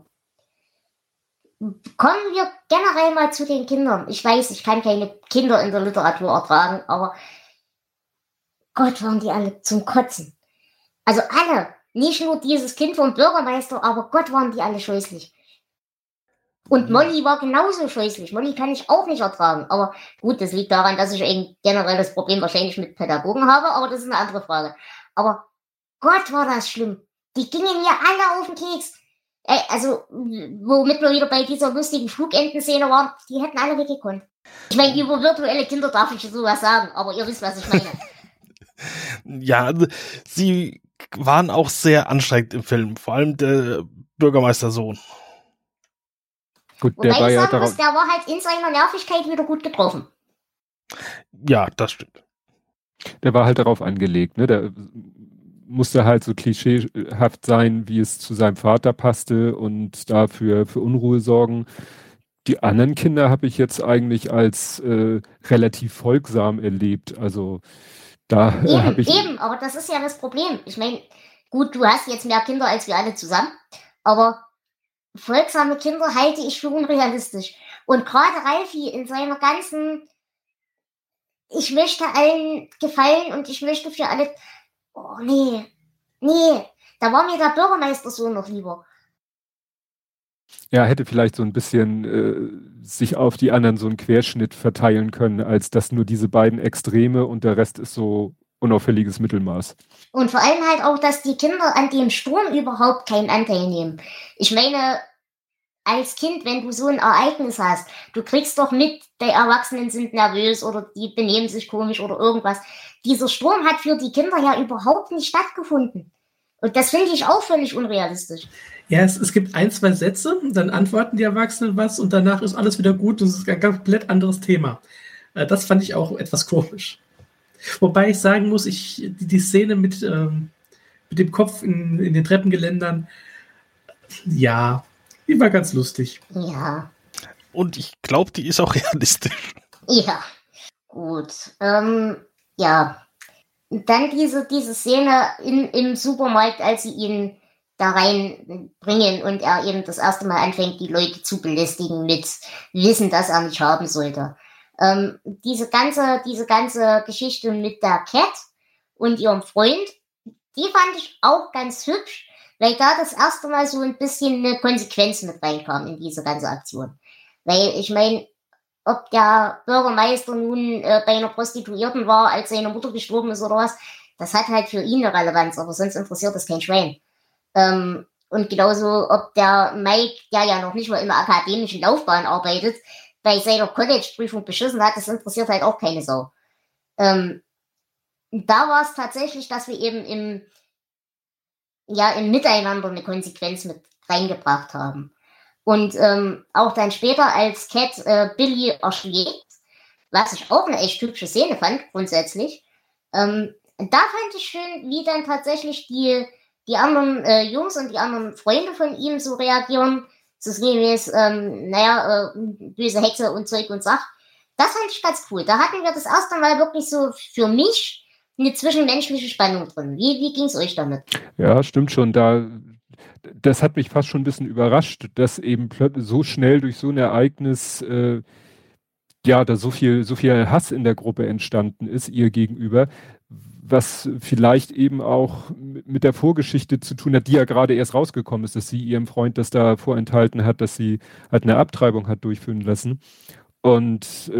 Kommen wir generell mal zu den Kindern. Ich weiß, ich kann keine Kinder in der Literatur ertragen, aber Gott, waren die alle zum Kotzen. Also alle. Nicht nur dieses Kind vom Bürgermeister, aber Gott, waren die alle scheußlich. Und Molly war genauso scheußlich. Molly kann ich auch nicht ertragen. Aber gut, das liegt daran, dass ich ein generelles Problem wahrscheinlich mit Pädagogen habe, aber das ist eine andere Frage. Aber Gott, war das schlimm. Die gingen mir alle auf den Keks. Also, womit wir wieder bei dieser lustigen Flugentenszene waren, die hätten alle weggekonnt. Ich meine, über virtuelle Kinder darf ich sowas sagen, aber ihr wisst, was ich meine. Ja, also, sie waren auch sehr anstrengend im Film, vor allem der Bürgermeistersohn. Gut, Wobei ich sagen muss, der war halt in seiner Nervigkeit wieder gut getroffen. Ja, das stimmt. Der war halt darauf angelegt, ne? Der musste halt so klischeehaft sein, wie es zu seinem Vater passte und dafür für Unruhe sorgen. Die anderen Kinder habe ich jetzt eigentlich als relativ folgsam erlebt. Also da habe ich... Eben, aber das ist ja das Problem. Ich meine, gut, du hast jetzt mehr Kinder als wir alle zusammen, aber folgsame Kinder halte ich für unrealistisch. Und gerade Ralphie in seiner ganzen ich möchte allen gefallen und ich möchte für alle... Oh, nee, da war mir der Bürgermeistersohn noch lieber. Ja, hätte vielleicht so ein bisschen sich auf die anderen so einen Querschnitt verteilen können, als dass nur diese beiden Extreme und der Rest ist so unauffälliges Mittelmaß. Und vor allem halt auch, dass die Kinder an dem Sturm überhaupt keinen Anteil nehmen. Ich meine, als Kind, wenn du so ein Ereignis hast, du kriegst doch mit, die Erwachsenen sind nervös oder die benehmen sich komisch oder irgendwas. Dieser Sturm hat für die Kinder ja überhaupt nicht stattgefunden. Und das finde ich auch völlig unrealistisch. Ja, es gibt 1, 2 Sätze, dann antworten die Erwachsenen was und danach ist alles wieder gut und es ist ein komplett anderes Thema. Das fand ich auch etwas komisch. Wobei ich sagen muss, die Szene mit dem Kopf in den Treppengeländern, ja, die war ganz lustig. Ja. Und ich glaube, die ist auch realistisch. Ja, gut. Ja. Dann diese Szene im Supermarkt, als sie ihn da reinbringen und er eben das erste Mal anfängt, die Leute zu belästigen mit Wissen, das er nicht haben sollte. Diese ganze Geschichte mit der Cat und ihrem Freund, die fand ich auch ganz hübsch, weil da das erste Mal so ein bisschen eine Konsequenz mit reinkam in diese ganze Aktion. Weil ich meine, ob der Bürgermeister nun bei einer Prostituierten war, als seine Mutter gestorben ist oder was, das hat halt für ihn eine Relevanz, aber sonst interessiert das kein Schwein. Und genauso, ob der Mike, der ja noch nicht mal in der akademischen Laufbahn arbeitet, bei seiner College-Prüfung beschissen hat, das interessiert halt auch keine Sau. Da war es tatsächlich, dass wir eben im Miteinander eine Konsequenz mit reingebracht haben. Und auch dann später, als Cat Billy erschlägt, was ich auch eine echt hübsche Szene fand, grundsätzlich, da fand ich schön, wie dann tatsächlich die anderen Jungs und die anderen Freunde von ihm so reagieren, so sinngemäß, böse Hexe und Zeug und Sach. Das fand ich ganz cool. Da hatten wir das erste Mal wirklich so für mich eine zwischenmenschliche Spannung drin. Wie ging es euch damit? Ja, stimmt schon. Das hat mich fast schon ein bisschen überrascht, dass eben so schnell durch so ein Ereignis da so viel Hass in der Gruppe entstanden ist, ihr gegenüber, was vielleicht eben auch mit der Vorgeschichte zu tun hat, die ja gerade erst rausgekommen ist, dass sie ihrem Freund das da vorenthalten hat, dass sie halt eine Abtreibung hat durchführen lassen. Und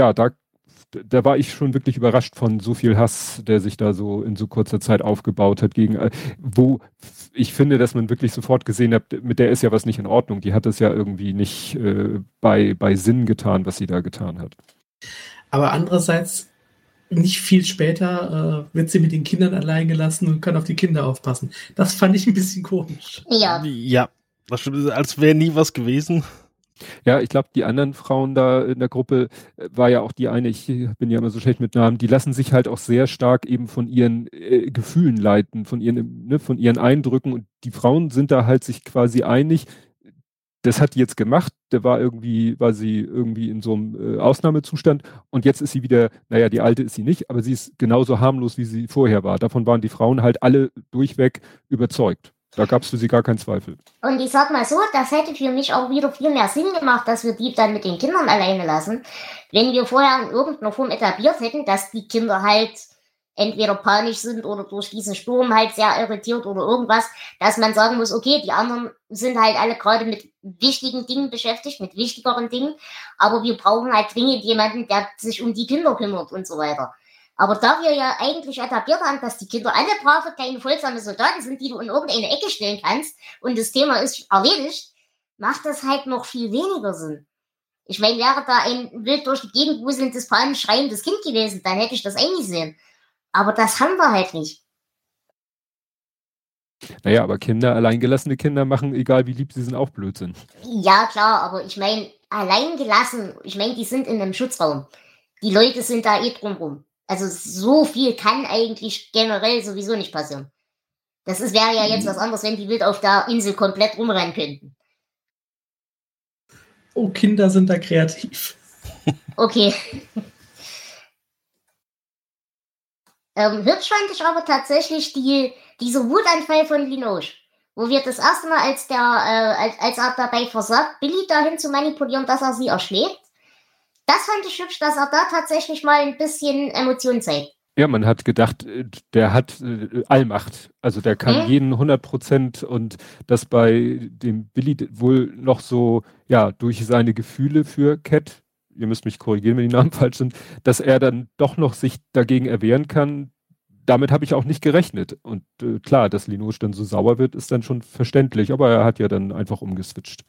da war ich schon wirklich überrascht von so viel Hass, der sich da so in so kurzer Zeit aufgebaut hat, wo ich finde, dass man wirklich sofort gesehen hat, mit der ist ja was nicht in Ordnung. Die hat es ja irgendwie nicht bei Sinn getan, was sie da getan hat. Aber andererseits, nicht viel später wird sie mit den Kindern allein gelassen und kann auf die Kinder aufpassen. Das fand ich ein bisschen komisch. Ja, Das stimmt, als wäre nie was gewesen. Ja, ich glaube, die anderen Frauen da in der Gruppe war ja auch die eine, ich bin ja immer so schlecht mit Namen, die lassen sich halt auch sehr stark eben von ihren Gefühlen leiten, von ihren Eindrücken, und die Frauen sind da halt sich quasi einig, das hat die jetzt gemacht, war sie irgendwie in so einem Ausnahmezustand, und jetzt ist sie wieder, naja, die alte ist sie nicht, aber sie ist genauso harmlos, wie sie vorher war. Davon waren die Frauen halt alle durchweg überzeugt. Da gab es für sie gar keinen Zweifel. Und ich sag mal so, das hätte für mich auch wieder viel mehr Sinn gemacht, dass wir die dann mit den Kindern alleine lassen, wenn wir vorher in irgendeiner Form etabliert hätten, dass die Kinder halt entweder panisch sind oder durch diesen Sturm halt sehr irritiert oder irgendwas, dass man sagen muss, okay, die anderen sind halt alle gerade mit wichtigen Dingen beschäftigt, mit wichtigeren Dingen, aber wir brauchen halt dringend jemanden, der sich um die Kinder kümmert und so weiter. Aber da wir ja eigentlich etabliert haben, dass die Kinder alle brave, kleine, folgsame Soldaten sind, die du in irgendeine Ecke stellen kannst und das Thema ist erledigt, macht das halt noch viel weniger Sinn. Ich meine, wäre da ein wild durch die Gegend wuselndes, panisch schreiendes Kind gewesen, dann hätte ich das eingesehen. Aber das haben wir halt nicht. Naja, aber alleingelassene Kinder machen, egal wie lieb sie sind, auch Blödsinn. Ja, klar, aber ich meine, alleingelassen, ich meine, die sind in einem Schutzraum. Die Leute sind da drumrum. Also so viel kann eigentlich generell sowieso nicht passieren. Wäre ja jetzt was anderes, wenn die wild auf der Insel komplett rumrennen könnten. Oh, Kinder sind da kreativ. Okay. Hübsch fand ich aber tatsächlich dieser Wutanfall von Linoche, wo wir das erste Mal, als er dabei versagt, Billy dahin zu manipulieren, dass er sie erschlägt. Das fand ich hübsch, dass er da tatsächlich mal ein bisschen Emotion zeigt. Ja, man hat gedacht, der hat Allmacht. Also der kann jeden 100% und das bei dem Billy wohl noch so, ja, durch seine Gefühle für Cat, ihr müsst mich korrigieren, wenn die Namen falsch sind, dass er dann doch noch sich dagegen erwehren kann. Damit habe ich auch nicht gerechnet. Und klar, dass Linoche dann so sauer wird, ist dann schon verständlich, aber er hat ja dann einfach umgeswitcht.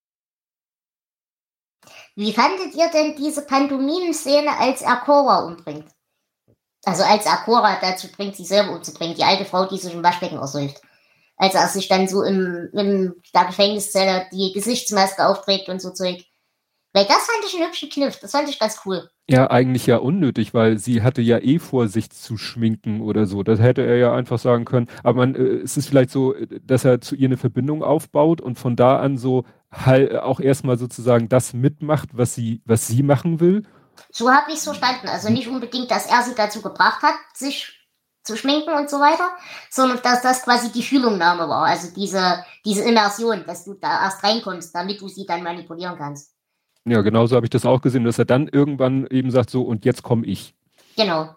Wie fandet ihr denn diese Pantomimen-Szene, als er Cora umbringt? Also als er Cora dazu bringt, sich selber umzubringen, die alte Frau, die sich im Waschbecken ersäuft. Als er sich dann so in der Gefängniszelle die Gesichtsmaske aufträgt und so Zeug. Weil das fand ich einen hübschen Kniff, das fand ich ganz cool. Ja, eigentlich ja unnötig, weil sie hatte ja eh vor, sich zu schminken oder so. Das hätte er ja einfach sagen können. Aber es ist vielleicht so, dass er zu ihr eine Verbindung aufbaut und von da an so halt auch erstmal sozusagen das mitmacht, was sie machen will. So habe ich es verstanden. Also nicht unbedingt, dass er sie dazu gebracht hat, sich zu schminken und so weiter, sondern dass das quasi die Fühlungnahme war. Also diese Immersion, dass du da erst reinkommst, damit du sie dann manipulieren kannst. Ja, genauso habe ich das auch gesehen, dass er dann irgendwann eben sagt so, und jetzt komme ich. Genau.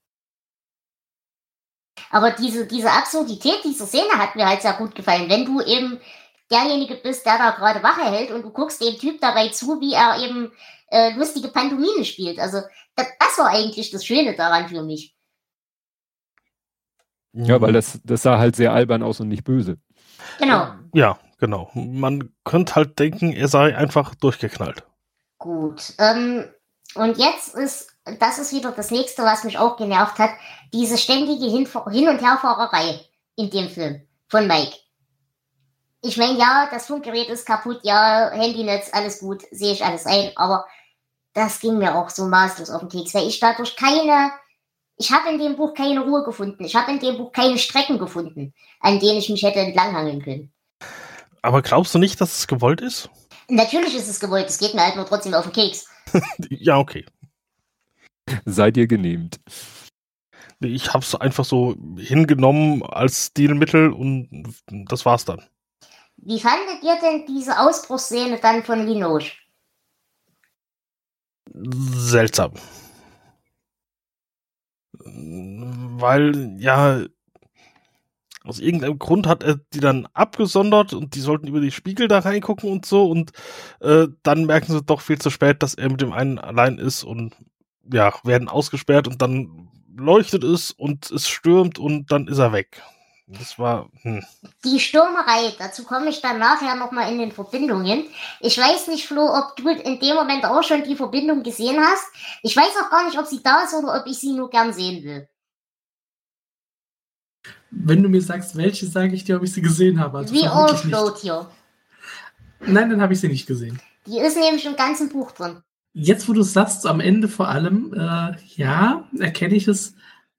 Aber diese Absurdität dieser Szene hat mir halt sehr gut gefallen. Wenn du eben derjenige bist, der da gerade Wache hält und du guckst dem Typ dabei zu, wie er eben lustige Pantomime spielt. Also das war eigentlich das Schöne daran für mich. Ja, weil das sah halt sehr albern aus und nicht böse. Genau. Ja, genau. Man könnte halt denken, er sei einfach durchgeknallt. Gut. Und jetzt das ist wieder das nächste, was mich auch genervt hat, diese ständige Hin- und Herfahrerei in dem Film von Mike. Ich meine, ja, das Funkgerät ist kaputt, ja, Handynetz, alles gut, sehe ich alles ein, aber das ging mir auch so maßlos auf den Keks, weil ich habe in dem Buch keine Ruhe gefunden, ich habe in dem Buch keine Strecken gefunden, an denen ich mich hätte entlanghangeln können. Aber glaubst du nicht, dass es gewollt ist? Natürlich ist es gewollt, es geht mir halt nur trotzdem auf den Keks. Ja, okay. Seid ihr genehmt. Ich habe es einfach so hingenommen als Stilmittel und das war's dann. Wie fandet ihr denn diese Ausbruchsszene dann von Linoche? Seltsam. Weil, ja, aus irgendeinem Grund hat er die dann abgesondert und die sollten über die Spiegel da reingucken und so und dann merken sie doch viel zu spät, dass er mit dem einen allein ist und ja, werden ausgesperrt und dann leuchtet es und es stürmt und dann ist er weg. Das war, Die Stürmerei, dazu komme ich dann nachher nochmal in den Verbindungen. Ich weiß nicht, Flo, ob du in dem Moment auch schon die Verbindung gesehen hast. Ich weiß auch gar nicht, ob sie da ist oder ob ich sie nur gern sehen will. Wenn du mir sagst, welche, sage ich dir, ob ich sie gesehen habe. Also Wie vermutlich nicht. Old hier. Nein, dann habe ich sie nicht gesehen. Die ist nämlich im ganzen Buch drin. Jetzt, wo du es sagst, am Ende vor allem, ja, erkenne ich es.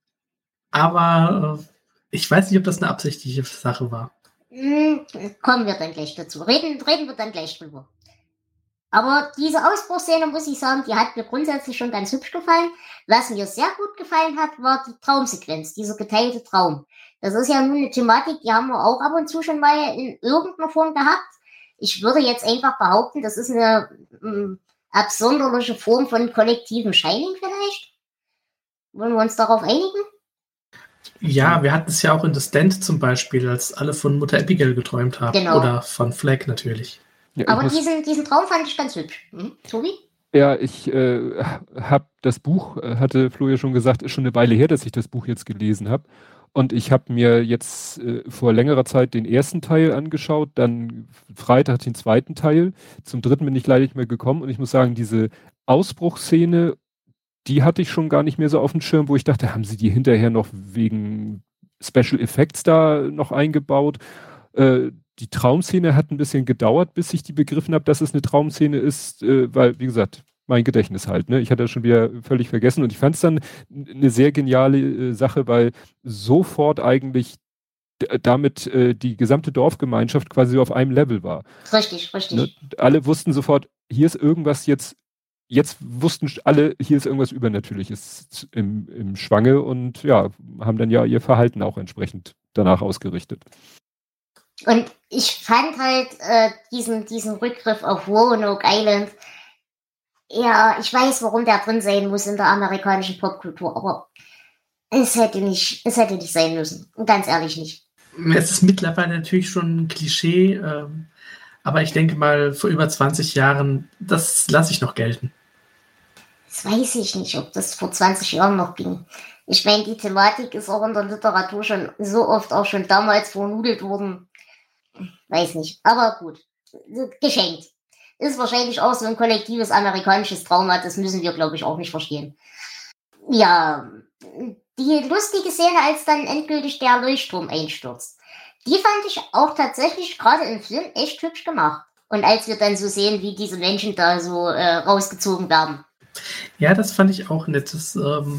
Aber ich weiß nicht, ob das eine absichtliche Sache war. Kommen wir dann gleich dazu. Reden wir dann gleich drüber. Aber diese Ausbruchsszene, muss ich sagen, die hat mir grundsätzlich schon ganz hübsch gefallen. Was mir sehr gut gefallen hat, war die Traumsequenz, dieser geteilte Traum. Das ist ja nun eine Thematik, die haben wir auch ab und zu schon mal in irgendeiner Form gehabt. Ich würde jetzt einfach behaupten, das ist eine absonderliche Form von kollektivem Shining vielleicht. Wollen wir uns darauf einigen? Ja, wir hatten es ja auch in The Stand zum Beispiel, als alle von Mutter Abigail geträumt haben. Genau. Oder von Flag natürlich. Ja, Aber diesen Traum fand ich ganz hübsch. Tobi? Ja, ich habe das Buch, hatte Flo ja schon gesagt, ist schon eine Weile her, dass ich das Buch jetzt gelesen habe. Und ich habe mir jetzt vor längerer Zeit den ersten Teil angeschaut, dann Freitag den zweiten Teil. Zum dritten bin ich leider nicht mehr gekommen. Und ich muss sagen, diese Ausbruchsszene, die hatte ich schon gar nicht mehr so auf dem Schirm, wo ich dachte, haben sie die hinterher noch wegen Special Effects da noch eingebaut? Die Traumszene hat ein bisschen gedauert, bis ich die begriffen habe, dass es eine Traumszene ist, weil, wie gesagt, mein Gedächtnis halt, ne? Ich hatte das schon wieder völlig vergessen und ich fand es dann eine sehr geniale Sache, weil sofort eigentlich damit die gesamte Dorfgemeinschaft quasi auf einem Level war. Richtig. Ne? Alle wussten sofort, hier ist irgendwas jetzt wussten alle, hier ist irgendwas Übernatürliches im Schwange und ja, haben dann ja ihr Verhalten auch entsprechend danach ausgerichtet. Und ich fand halt diesen Rückgriff auf Roanoke Island, ja, ich weiß, warum der drin sein muss in der amerikanischen Popkultur, aber Es hätte nicht sein müssen. Ganz ehrlich nicht. Es ist mittlerweile natürlich schon ein Klischee, aber ich denke mal, vor über 20 Jahren, das lasse ich noch gelten. Das weiß ich nicht, ob das vor 20 Jahren noch ging. Ich meine, die Thematik ist auch in der Literatur schon so oft auch schon damals vernudelt worden. Weiß nicht, aber gut. Geschenkt. Ist wahrscheinlich auch so ein kollektives amerikanisches Trauma, das müssen wir, glaube ich, auch nicht verstehen. Ja, die lustige Szene, als dann endgültig der Leuchtturm einstürzt, die fand ich auch tatsächlich gerade im Film echt hübsch gemacht. Und als wir dann so sehen, wie diese Menschen da so rausgezogen werden. Ja, das fand ich auch nett. Das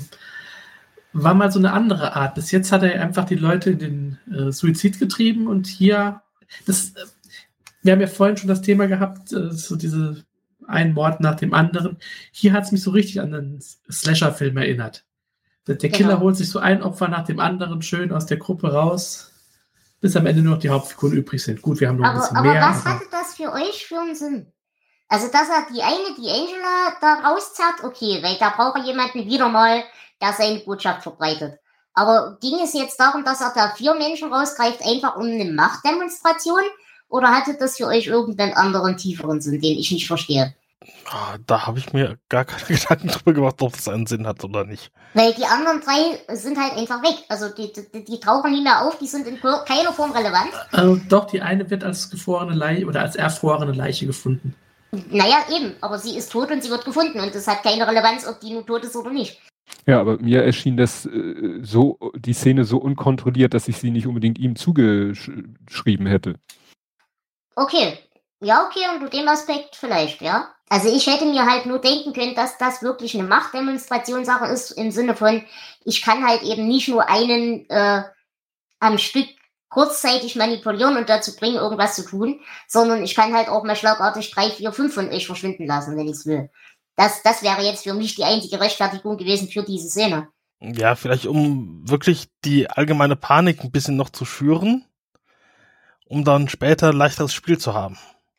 war mal so eine andere Art. Bis jetzt hat er einfach die Leute in den Suizid getrieben und hier, wir haben ja vorhin schon das Thema gehabt, so diese einen Mord nach dem anderen. Hier hat es mich so richtig an einen Slasher-Film erinnert. Der Killer holt sich so ein Opfer nach dem anderen schön aus der Gruppe raus, bis am Ende nur noch die Hauptfiguren übrig sind. Gut, wir haben noch ein bisschen mehr. Aber was hatte das für euch für einen Sinn? Also, dass er die Angela da rauszerrt, okay, weil da braucht er jemanden wieder mal, der seine Botschaft verbreitet. Aber ging es jetzt darum, dass er da 4 Menschen rausgreift, einfach um eine Machtdemonstration? Oder hatte das für euch irgendeinen anderen, tieferen Sinn, den ich nicht verstehe? Da habe ich mir gar keine Gedanken drüber gemacht, ob das einen Sinn hat oder nicht. Weil die anderen 3 sind halt einfach weg. Also die tauchen nie mehr auf, die sind in keiner Form relevant. Doch, die eine wird als gefrorene Leiche oder als erfrorene Leiche gefunden. Naja, eben, aber sie ist tot und sie wird gefunden und das hat keine Relevanz, ob die nun tot ist oder nicht. Ja, aber mir erschien das die Szene so unkontrolliert, dass ich sie nicht unbedingt ihm zugeschrieben hätte. Okay. Ja, okay, unter dem Aspekt vielleicht, ja. Also ich hätte mir halt nur denken können, dass das wirklich eine Machtdemonstrationssache ist, im Sinne von, ich kann halt eben nicht nur einen am Stück kurzzeitig manipulieren und dazu bringen, irgendwas zu tun, sondern ich kann halt auch mal schlagartig 3, 4, 5 von euch verschwinden lassen, wenn ich es will. Das wäre jetzt für mich die einzige Rechtfertigung gewesen für diese Szene. Ja, vielleicht um wirklich die allgemeine Panik ein bisschen noch zu schüren, um dann später ein leichteres Spiel zu haben.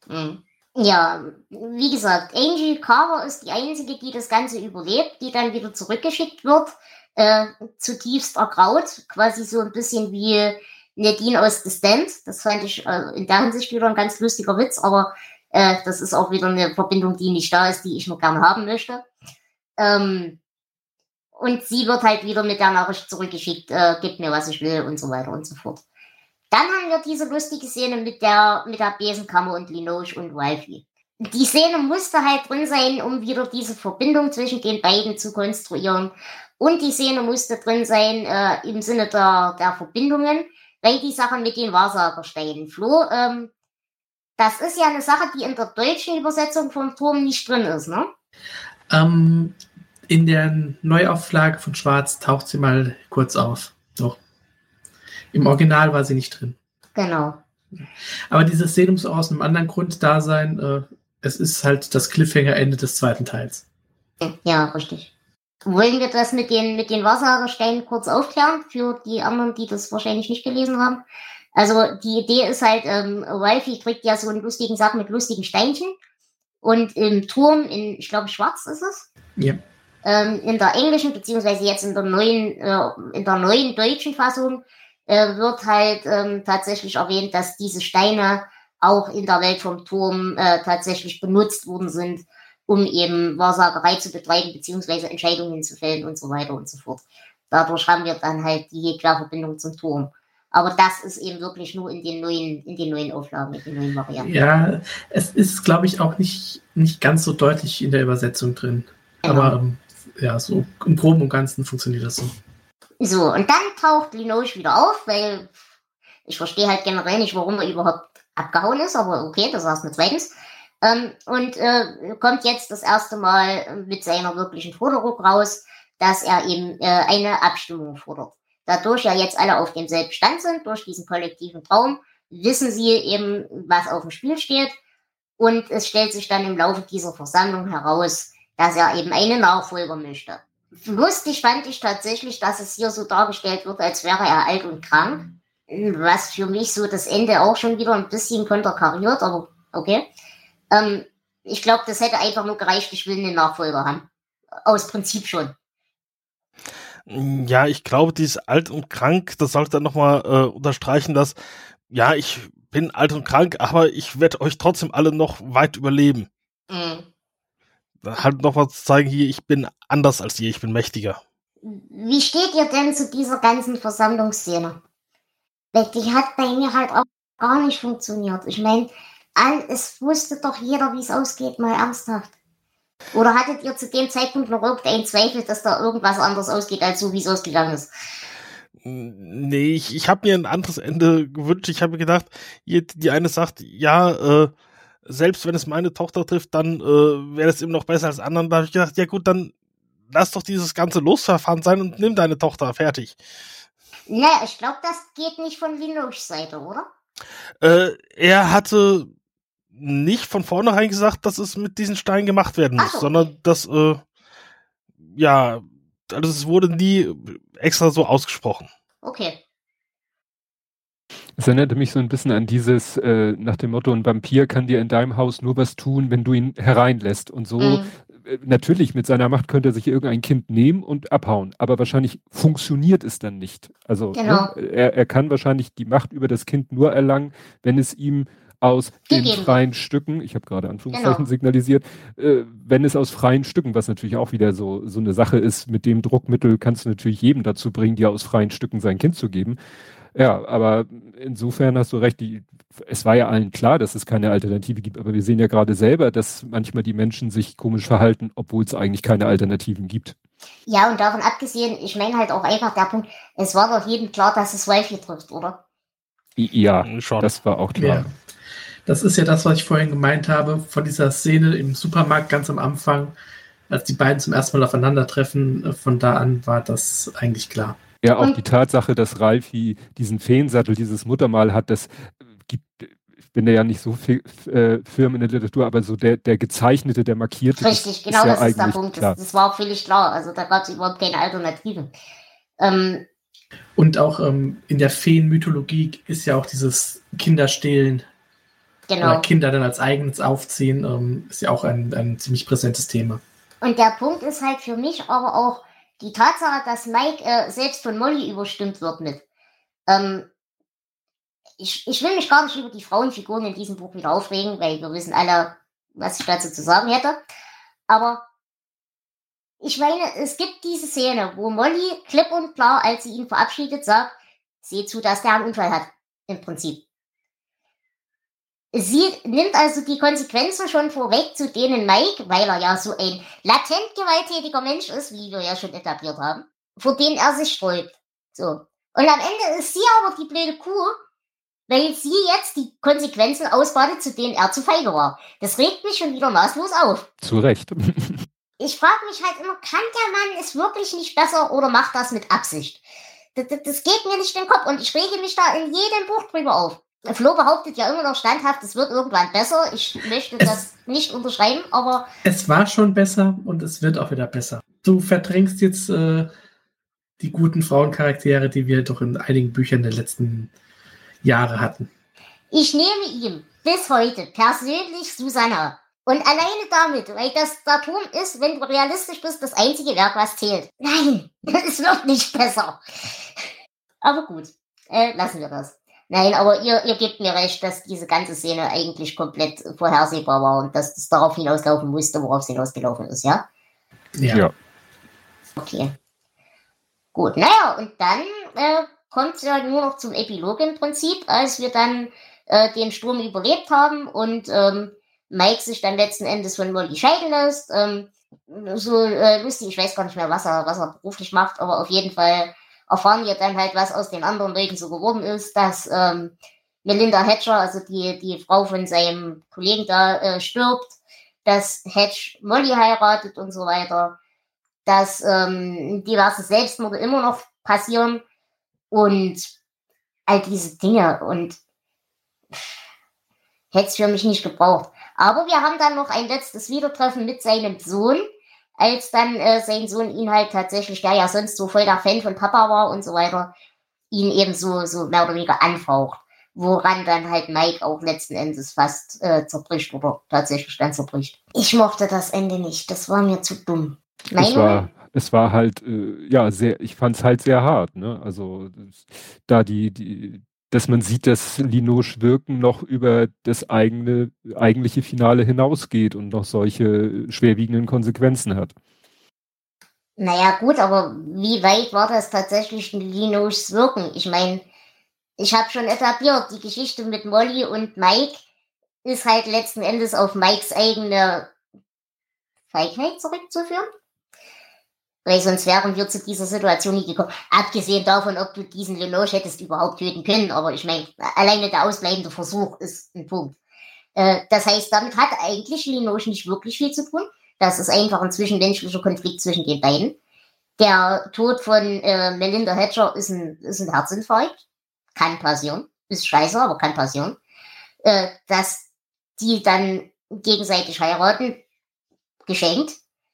Ja, wie gesagt, Angie Carver ist die einzige, die das Ganze überlebt, die dann wieder zurückgeschickt wird, zutiefst ergraut, quasi so ein bisschen wie Nadine aus The Stand. Das fand ich in der Hinsicht wieder ein ganz lustiger Witz, aber das ist auch wieder eine Verbindung, die nicht da ist, die ich nur gerne haben möchte. Und sie wird halt wieder mit der Nachricht zurückgeschickt, gib mir, was ich will und so weiter und so fort. Dann haben wir diese lustige Szene mit der Besenkammer und Linoche und Wifey. Die Szene musste halt drin sein, um wieder diese Verbindung zwischen den beiden zu konstruieren. Und die Szene musste drin sein im Sinne der Verbindungen, weil die Sache mit den Wahrsagersteinen. Flo, das ist ja eine Sache, die in der deutschen Übersetzung vom Turm nicht drin ist, ne? In der Neuauflage von Schwarz taucht sie mal kurz auf. Doch. Im Original war sie nicht drin. Genau. Aber diese Szene muss aus einem anderen Grund da sein. Es ist halt das Cliffhanger-Ende des 2. Teils. Ja, richtig. Wollen wir das mit den Wahrsagersteinen kurz aufklären für die anderen, die das wahrscheinlich nicht gelesen haben? Also die Idee ist halt, Wifey kriegt ja so einen lustigen Sack mit lustigen Steinchen und im Turm, ich glaube Schwarz ist es. Ja. In der englischen, beziehungsweise jetzt in der neuen deutschen Fassung wird halt tatsächlich erwähnt, dass diese Steine auch in der Welt vom Turm tatsächlich benutzt worden sind, um eben Wahrsagerei zu betreiben, beziehungsweise Entscheidungen zu fällen und so weiter und so fort. Dadurch haben wir dann halt die Querverbindung zum Turm. Aber das ist eben wirklich nur in den neuen Auflagen, in den neuen Varianten. Ja, es ist, glaube ich, auch nicht ganz so deutlich in der Übersetzung drin. Genau. Aber ja, so im Groben und Ganzen funktioniert das so. So, und dann taucht Linoche wieder auf, weil ich verstehe halt generell nicht, warum er überhaupt abgehauen ist, aber okay, das war's mit zweitens. Und kommt jetzt das erste Mal mit seiner wirklichen Forderung raus, dass er eben eine Abstimmung fordert. Dadurch ja jetzt alle auf demselben Stand sind, durch diesen kollektiven Traum, wissen sie eben, was auf dem Spiel steht. Und es stellt sich dann im Laufe dieser Versammlung heraus, dass er eben einen Nachfolger möchte. Lustig fand ich tatsächlich, dass es hier so dargestellt wird, als wäre er alt und krank. Was für mich so das Ende auch schon wieder ein bisschen konterkariert, aber okay. Ich glaube, das hätte einfach nur gereicht, ich will einen Nachfolger haben. Aus Prinzip schon. Ja, ich glaube, dieses alt und krank, das sollte dann nochmal unterstreichen, dass, ja, ich bin alt und krank, aber ich werde euch trotzdem alle noch weit überleben. Mhm. Halt nochmal zu zeigen, hier, ich bin anders als ihr, ich bin mächtiger. Wie steht ihr denn zu dieser ganzen Versammlungsszene? Weil die hat bei mir halt auch gar nicht funktioniert. Ich meine, es wusste doch jeder, wie es ausgeht, mal ernsthaft. Oder hattet ihr zu dem Zeitpunkt noch irgendeinen Zweifel, dass da irgendwas anders ausgeht, als so, wie es ausgegangen ist? Nee, ich habe mir ein anderes Ende gewünscht. Ich habe mir gedacht, die eine sagt, ja, selbst wenn es meine Tochter trifft, dann wäre es immer noch besser als anderen. Da habe ich gedacht, ja gut, dann lass doch dieses ganze Losverfahren sein und nimm deine Tochter, fertig. Naja, ich glaube, das geht nicht von Lynchs Seite, oder? Er hatte nicht von vornherein gesagt, dass es mit diesen Steinen gemacht werden muss, Ach so, sondern dass, ja, also es wurde nie extra so ausgesprochen. Okay. Es erinnerte mich so ein bisschen an dieses, nach dem Motto, ein Vampir kann dir in deinem Haus nur was tun, wenn du ihn hereinlässt. Und so, natürlich, mit seiner Macht könnte er sich irgendein Kind nehmen und abhauen. Aber wahrscheinlich funktioniert es dann nicht. Also Genau. ne, er kann wahrscheinlich die Macht über das Kind nur erlangen, wenn es ihm aus den Gegeben. freien Stücken, ich habe gerade Anführungszeichen Genau. signalisiert, wenn es aus freien Stücken, was natürlich auch wieder so eine Sache ist, mit dem Druckmittel kannst du natürlich jedem dazu bringen, dir aus freien Stücken sein Kind zu geben. Ja, aber insofern hast du recht, es war ja allen klar, dass es keine Alternative gibt, aber wir sehen ja gerade selber, dass manchmal die Menschen sich komisch verhalten, obwohl es eigentlich keine Alternativen gibt. Ja, und davon abgesehen, ich meine halt auch einfach der Punkt, es war doch jedem klar, dass es Wifi trifft, oder? Ja, Schon. das war auch klar. Ja. Das ist ja das, was ich vorhin gemeint habe, von dieser Szene im Supermarkt ganz am Anfang, als die beiden zum ersten Mal aufeinandertreffen. Von da an war das eigentlich klar. Ja, auch die Tatsache, dass Ralfi diesen Feensattel, dieses Muttermal hat, das gibt, ich bin ja nicht so firm in der Literatur, aber so der gezeichnete, der markierte. Richtig, genau, ist ja das ist der eigentlich Punkt. klar. Das war auch völlig klar. Also da gab es überhaupt keine Alternative. Und auch in der Feenmythologie ist ja auch dieses Kinderstehlen Genau. oder Kinder dann als eigenes aufziehen, ist ja auch ein ziemlich präsentes Thema. Und der Punkt ist halt für mich aber auch die Tatsache, dass Mike selbst von Molly überstimmt wird mit. Ich will mich gar nicht über die Frauenfiguren in diesem Buch wieder aufregen, weil wir wissen alle, was ich dazu zu sagen hätte. Aber ich meine, es gibt diese Szene, wo Molly klipp und klar, als sie ihn verabschiedet, sagt, seh zu, dass der einen Unfall hat, im Prinzip. Sie nimmt also die Konsequenzen schon vorweg, zu denen Mike, weil er ja so ein latent gewalttätiger Mensch ist, wie wir ja schon etabliert haben, vor denen er sich sträubt. So. Und am Ende ist sie aber die blöde Kuh, weil sie jetzt die Konsequenzen ausbadet, zu denen er zu feige war. Das regt mich schon wieder maßlos auf. Zu Recht. Ich frage mich halt immer, kann der Mann es wirklich nicht besser oder macht das mit Absicht? Das geht mir nicht in den Kopf und ich rege mich da in jedem Buch drüber auf. Flo behauptet ja immer noch standhaft, es wird irgendwann besser. Ich möchte das nicht unterschreiben, aber... Es war schon besser und es wird auch wieder besser. Du verdrängst jetzt die guten Frauencharaktere, die wir doch in einigen Büchern der letzten Jahre hatten. Ich nehme ihm bis heute persönlich Susanna. Und alleine damit, weil das Datum ist, wenn du realistisch bist, das einzige Werk, was zählt. Nein, es wird nicht besser. Aber gut, lassen wir das. Nein, aber ihr gebt mir recht, dass diese ganze Szene eigentlich komplett vorhersehbar war und dass es darauf hinauslaufen musste, worauf es hinausgelaufen ist, ja? Ja. Okay. Gut, naja, und dann kommt es ja nur noch zum Epilog im Prinzip, als wir dann den Sturm überlebt haben und Mike sich dann letzten Endes von Molly scheiden lässt. So lustig, ich weiß gar nicht mehr, was er beruflich macht, aber auf jeden Fall erfahren wir dann halt, was aus den anderen Leuten so geworden ist, dass Melinda Hatcher, also die Frau von seinem Kollegen da, stirbt, dass Hatch Molly heiratet und so weiter, dass diverse Selbstmorde immer noch passieren und all diese Dinge und hätte es für mich nicht gebraucht. Aber wir haben dann noch ein letztes Wiedertreffen mit seinem Sohn, als dann sein Sohn ihn halt tatsächlich, der ja sonst so voll der Fan von Papa war und so weiter, ihn eben so mehr oder weniger anfaucht. Woran dann halt Mike auch letzten Endes fast zerbricht oder tatsächlich dann zerbricht. Ich mochte das Ende nicht, das war mir zu dumm. Es war es war halt, ich fand es halt sehr hart, ne? Also da dass man sieht, dass Linoche Wirken noch über das eigentliche Finale hinausgeht und noch solche schwerwiegenden Konsequenzen hat. Naja, gut, aber wie weit war das tatsächlich Linoches Wirken? Ich meine, ich habe schon etabliert, die Geschichte mit Molly und Mike ist halt letzten Endes auf Mikes eigene Feigheit zurückzuführen. Weil sonst wären wir zu dieser Situation nie gekommen. Abgesehen davon, ob du diesen Linoche hättest überhaupt töten können. Aber ich meine, alleine der ausbleibende Versuch ist ein Punkt. Das heißt, damit hat eigentlich Linoche nicht wirklich viel zu tun. Das ist einfach ein zwischenmenschlicher Konflikt zwischen den beiden. Der Tod von Melinda Hedger ist ein Herzinfarkt. Kann passieren. Ist scheiße, aber kann passieren. Dass die dann gegenseitig heiraten, geschenkt.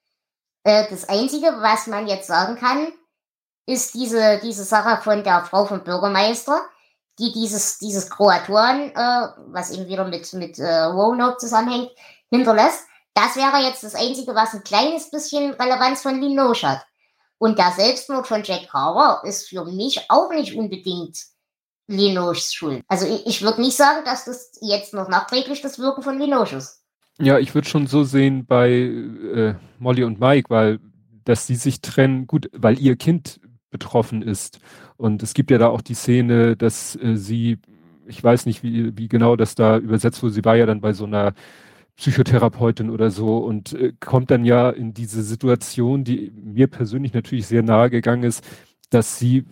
Das Einzige, was man jetzt sagen kann, ist diese Sache von der Frau vom Bürgermeister, die dieses Kroatoren, was eben wieder mit Roanoke zusammenhängt, hinterlässt. Das wäre jetzt das Einzige, was ein kleines bisschen Relevanz von Linoche hat. Und der Selbstmord von Jack Carver ist für mich auch nicht unbedingt Linoches Schuld. Also ich würde nicht sagen, dass das jetzt noch nachträglich das Wirken von Linoche ist. Ja, ich würde schon so sehen bei Molly und Mike, weil, dass sie sich trennen, gut, weil ihr Kind betroffen ist. Und es gibt ja da auch die Szene, dass sie, ich weiß nicht, wie genau das da übersetzt wurde, sie war ja dann bei so einer Psychotherapeutin oder so und kommt dann ja in diese Situation, die mir persönlich natürlich sehr nahe gegangen ist, dass sie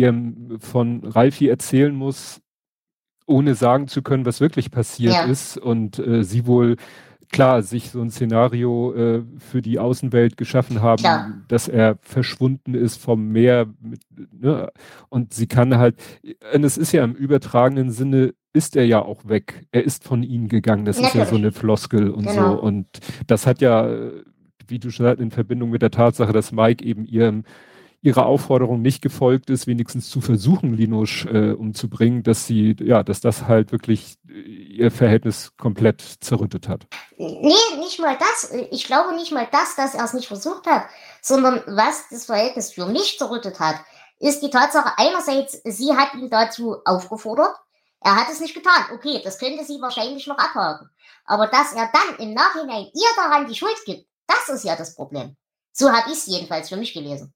von Ralfi erzählen muss, ohne sagen zu können, was wirklich passiert ist. Und sie wohl, klar, sich so ein Szenario für die Außenwelt geschaffen haben, dass er verschwunden ist vom Meer. Ne? Und sie kann halt, und es ist ja im übertragenen Sinne, ist er ja auch weg. Er ist von ihnen gegangen. Das ist ja so eine Floskel und so. Und das hat ja, wie du schon sagst, in Verbindung mit der Tatsache, dass Mike eben ihrer Aufforderung nicht gefolgt ist, wenigstens zu versuchen, Linoche umzubringen, dass das halt wirklich ihr Verhältnis komplett zerrüttet hat. Nee, nicht mal das. Ich glaube nicht mal das, dass er es nicht versucht hat, sondern was das Verhältnis für mich zerrüttet hat, ist die Tatsache einerseits, sie hat ihn dazu aufgefordert, er hat es nicht getan. Okay, das könnte sie wahrscheinlich noch abhaken. Aber dass er dann im Nachhinein ihr daran die Schuld gibt, das ist ja das Problem. So habe ich es jedenfalls für mich gelesen.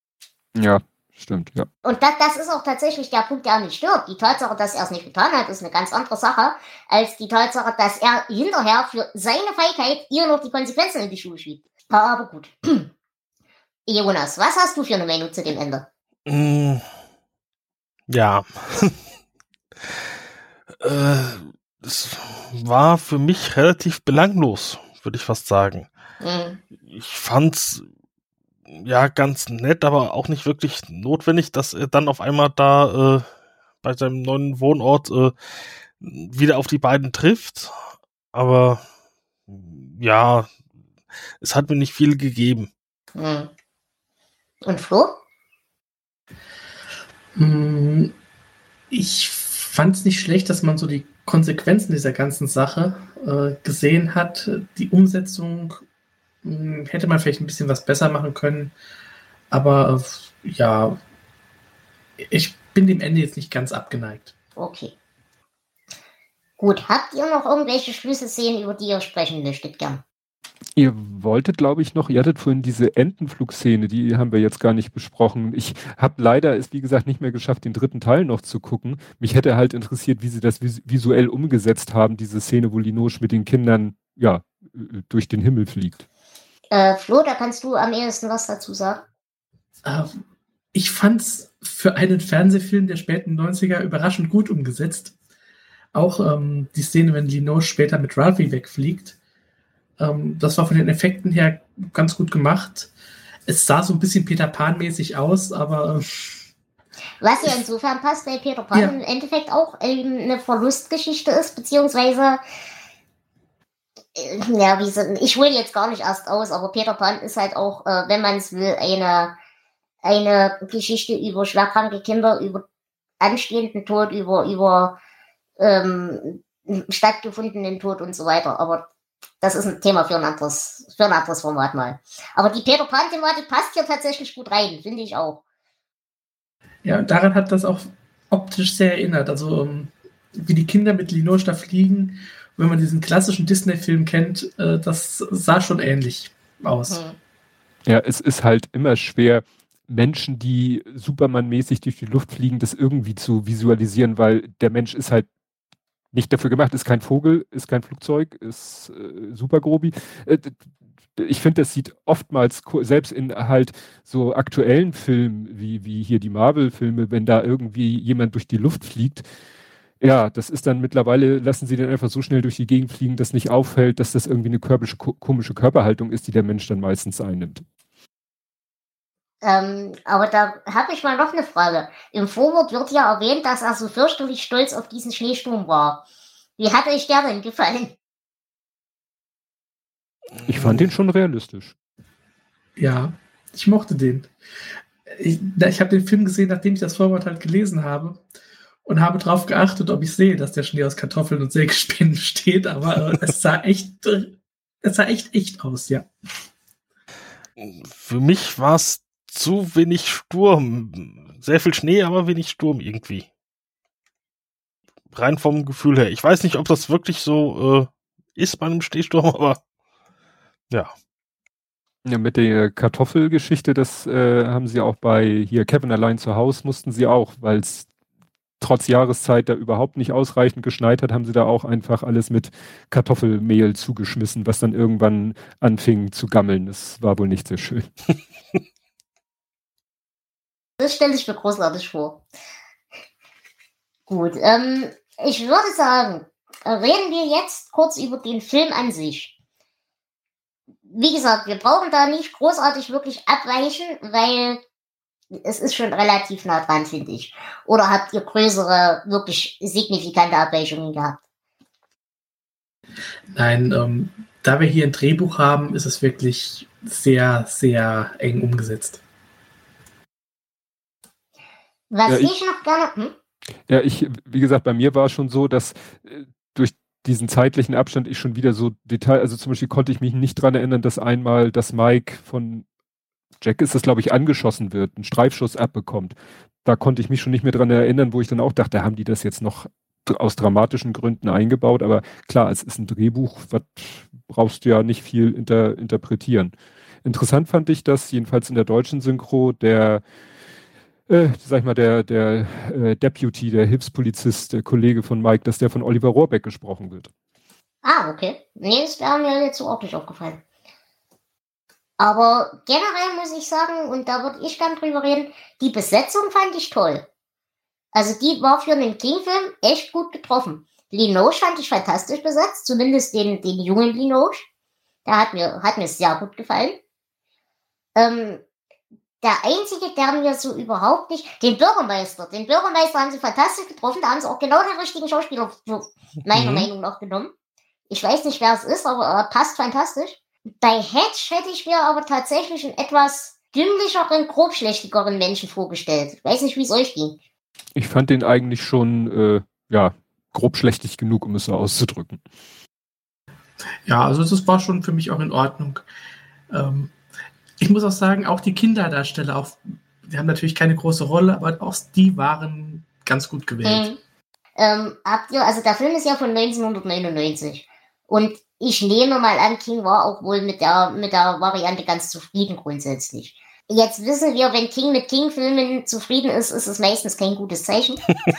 Ja, stimmt, ja. Und das ist auch tatsächlich der Punkt, der mich stört. Die Tatsache, dass er es nicht getan hat, ist eine ganz andere Sache, als die Tatsache, dass er hinterher für seine Feigheit ihr noch die Konsequenzen in die Schuhe schiebt. Aber gut. Jonas, was hast du für eine Meinung zu dem Ende? Ja. Es war für mich relativ belanglos, würde ich fast sagen. Ich fand's ja ganz nett, aber auch nicht wirklich notwendig, dass er dann auf einmal da bei seinem neuen Wohnort wieder auf die beiden trifft. Aber ja, es hat mir nicht viel gegeben. Und Flo? Ich fand es nicht schlecht, dass man so die Konsequenzen dieser ganzen Sache gesehen hat. Die Umsetzung hätte man vielleicht ein bisschen was besser machen können. Aber ja, ich bin dem Ende jetzt nicht ganz abgeneigt. Okay. Gut, habt ihr noch irgendwelche Schlüsselszenen, über die ihr sprechen möchtet, gern? Ihr wolltet, glaube ich, ihr hattet vorhin diese Entenflugszene, die haben wir jetzt gar nicht besprochen. Ich habe leider es, wie gesagt, nicht mehr geschafft, den dritten Teil noch zu gucken. Mich hätte halt interessiert, wie sie das visuell umgesetzt haben, diese Szene, wo Linoche mit den Kindern, durch den Himmel fliegt. Flo, da kannst du am ehesten was dazu sagen. Ich fand's für einen Fernsehfilm der späten 90er überraschend gut umgesetzt. Auch die Szene, wenn Linoche später mit Ralphie wegfliegt. Das war von den Effekten her ganz gut gemacht. Es sah so ein bisschen Peter Pan-mäßig aus, aber... Was ja insofern passt, weil Peter Pan im Endeffekt auch eine Verlustgeschichte ist, beziehungsweise... ich hole jetzt gar nicht erst aus, aber Peter Pan ist halt auch, wenn man es will, eine Geschichte über schwerkranke Kinder, über anstehenden Tod, über stattgefundenen Tod und so weiter. Aber das ist ein Thema für ein anderes Format mal. Aber die Peter Pan-Thematik passt hier tatsächlich gut rein, finde ich auch. Ja, und daran hat das auch optisch sehr erinnert. Also wie die Kinder mit Linoche da fliegen. Und wenn man diesen klassischen Disney-Film kennt, das sah schon ähnlich aus. Ja, es ist halt immer schwer, Menschen, die Superman-mäßig durch die Luft fliegen, das irgendwie zu visualisieren, weil der Mensch ist halt nicht dafür gemacht, ist kein Vogel, ist kein Flugzeug, ist super grobi. Ich finde, das sieht oftmals, selbst in halt so aktuellen Filmen, wie hier die Marvel-Filme, wenn da irgendwie jemand durch die Luft fliegt, ja, das ist dann mittlerweile, lassen sie den einfach so schnell durch die Gegend fliegen, dass nicht auffällt, dass das irgendwie eine komische Körperhaltung ist, die der Mensch dann meistens einnimmt. Aber da habe ich mal noch eine Frage. Im Vorwort wird ja erwähnt, dass er so fürchterlich stolz auf diesen Schneesturm war. Wie hat euch der denn gefallen? Ich fand den schon realistisch. Ja, ich mochte den. Ich habe den Film gesehen, nachdem ich das Vorwort halt gelesen habe und habe darauf geachtet, ob ich sehe, dass der Schnee aus Kartoffeln und Sägespänen besteht, aber es sah echt aus, ja. Für mich war es zu wenig Sturm. Sehr viel Schnee, aber wenig Sturm irgendwie. Rein vom Gefühl her. Ich weiß nicht, ob das wirklich so ist bei einem Schneesturm, aber ja. Ja, mit der Kartoffelgeschichte, das haben sie auch bei hier Kevin allein zu Hause mussten sie auch, weil es trotz Jahreszeit da überhaupt nicht ausreichend geschneit hat, haben sie da auch einfach alles mit Kartoffelmehl zugeschmissen, was dann irgendwann anfing zu gammeln. Das war wohl nicht sehr schön. Das stelle ich mir großartig vor. Gut, ich würde sagen, reden wir jetzt kurz über den Film an sich. Wie gesagt, wir brauchen da nicht großartig wirklich abweichen, weil es ist schon relativ nah dran, finde ich. Oder habt ihr größere, wirklich signifikante Abweichungen gehabt? Nein, da wir hier ein Drehbuch haben, ist es wirklich sehr, sehr eng umgesetzt. Was ich noch gerne... Ja, wie gesagt, bei mir war es schon so, dass durch diesen zeitlichen Abstand ich schon wieder so also zum Beispiel konnte ich mich nicht dran erinnern, dass einmal das Mike von Jack ist das, glaube ich, angeschossen wird, einen Streifschuss abbekommt. Da konnte ich mich schon nicht mehr dran erinnern, wo ich dann auch dachte, haben die das jetzt noch aus dramatischen Gründen eingebaut? Aber klar, es ist ein Drehbuch, was brauchst du ja nicht viel interpretieren. Interessant fand ich das, jedenfalls in der deutschen Synchro, der Deputy, der Hilfspolizist, der Kollege von Mike, dass der von Oliver Rohrbeck gesprochen wird. Ah, okay. Nee, das wäre mir jetzt so auch nicht aufgefallen. Aber generell muss ich sagen, und da würde ich gern drüber reden, die Besetzung fand ich toll. Also die war für einen King-Film echt gut getroffen. Linoche fand ich fantastisch besetzt, zumindest den jungen Linoche. Der hat mir sehr gut gefallen. Der einzige, der mir so überhaupt nicht... Den Bürgermeister haben sie fantastisch getroffen. Da haben sie auch genau den richtigen Schauspieler für meiner Meinung nach genommen. Ich weiß nicht, wer es ist, aber er passt fantastisch. Bei Hedge hätte ich mir aber tatsächlich einen etwas dümmlicheren, grobschlächtigeren Menschen vorgestellt. Ich weiß nicht, wie es euch ging. Ich fand den eigentlich schon, grobschlächtig genug, um es so auszudrücken. Ja, also das war schon für mich auch in Ordnung. Ich muss auch sagen, auch die Kinderdarsteller, die haben natürlich keine große Rolle, aber auch die waren ganz gut gewählt. Also der Film ist ja von 1999 und ich nehme mal an, King war auch wohl mit der Variante ganz zufrieden grundsätzlich. Jetzt wissen wir, wenn King mit King-Filmen zufrieden ist, ist es meistens kein gutes Zeichen.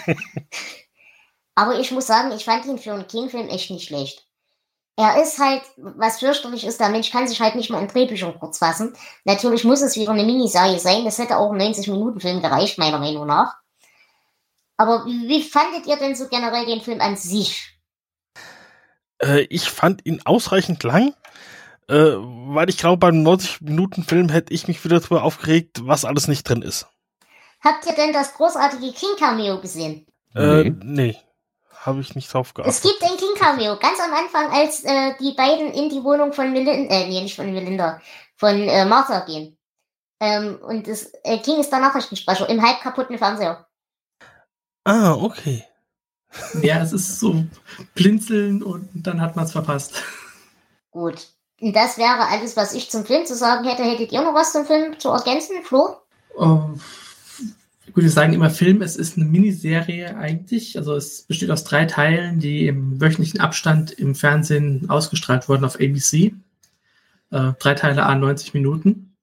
Aber ich muss sagen, ich fand ihn für einen King-Film echt nicht schlecht. Er ist halt, was fürchterlich ist, der Mensch kann sich halt nicht mal in Drehbüchern kurz fassen. Natürlich muss es wieder eine Miniserie sein, das hätte auch ein 90-Minuten-Film gereicht, meiner Meinung nach. Aber wie fandet ihr denn so generell den Film an sich? Ich fand ihn ausreichend lang, weil ich glaube, beim 90-Minuten-Film hätte ich mich wieder darüber aufgeregt, was alles nicht drin ist. Habt ihr denn das großartige King-Cameo gesehen? Nee. Habe ich nicht drauf geachtet. Es gibt ein King-Cameo, ganz am Anfang, als die beiden in die Wohnung von von Martha gehen. Und King ist der Nachrichtensprecher im halb kaputten Fernseher. Ah, okay. Ja, es ist so blinzeln und dann hat man es verpasst. Gut. Und das wäre alles, was ich zum Film zu sagen hätte. Hättet ihr noch was zum Film zu ergänzen, Flo? Gut, wir sagen immer Film, es ist eine Miniserie eigentlich. Also es besteht aus 3 Teilen, die im wöchentlichen Abstand im Fernsehen ausgestrahlt wurden auf ABC. 3 Teile à 90 Minuten.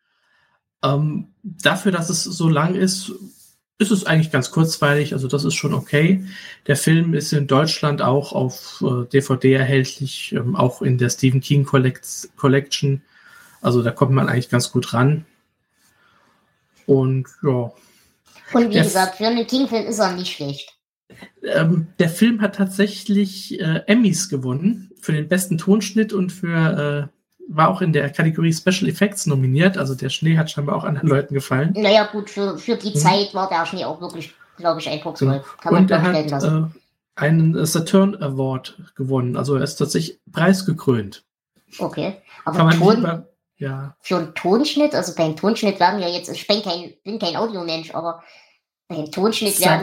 Dafür, dass es so lang ist es eigentlich ganz kurzweilig. Also das ist schon okay. Der Film ist in Deutschland auch auf DVD erhältlich, auch in der Stephen King Collection. Also da kommt man eigentlich ganz gut ran. Und ja. Und wie gesagt, für einen King-Film ist er nicht schlecht. Der Film hat tatsächlich Emmys gewonnen für den besten Tonschnitt und war auch in der Kategorie Special Effects nominiert. Also der Schnee hat scheinbar auch anderen Leuten gefallen. Naja gut, für die Zeit war der Schnee auch wirklich, glaube ich, eindrucksvoll. Kann man vorstellen lassen. Und er hat einen Saturn Award gewonnen. Also er ist tatsächlich preisgekrönt. Okay, aber für einen Tonschnitt, also beim Tonschnitt werden wir jetzt, ich bin kein Audiomensch, aber beim Tonschnitt wäre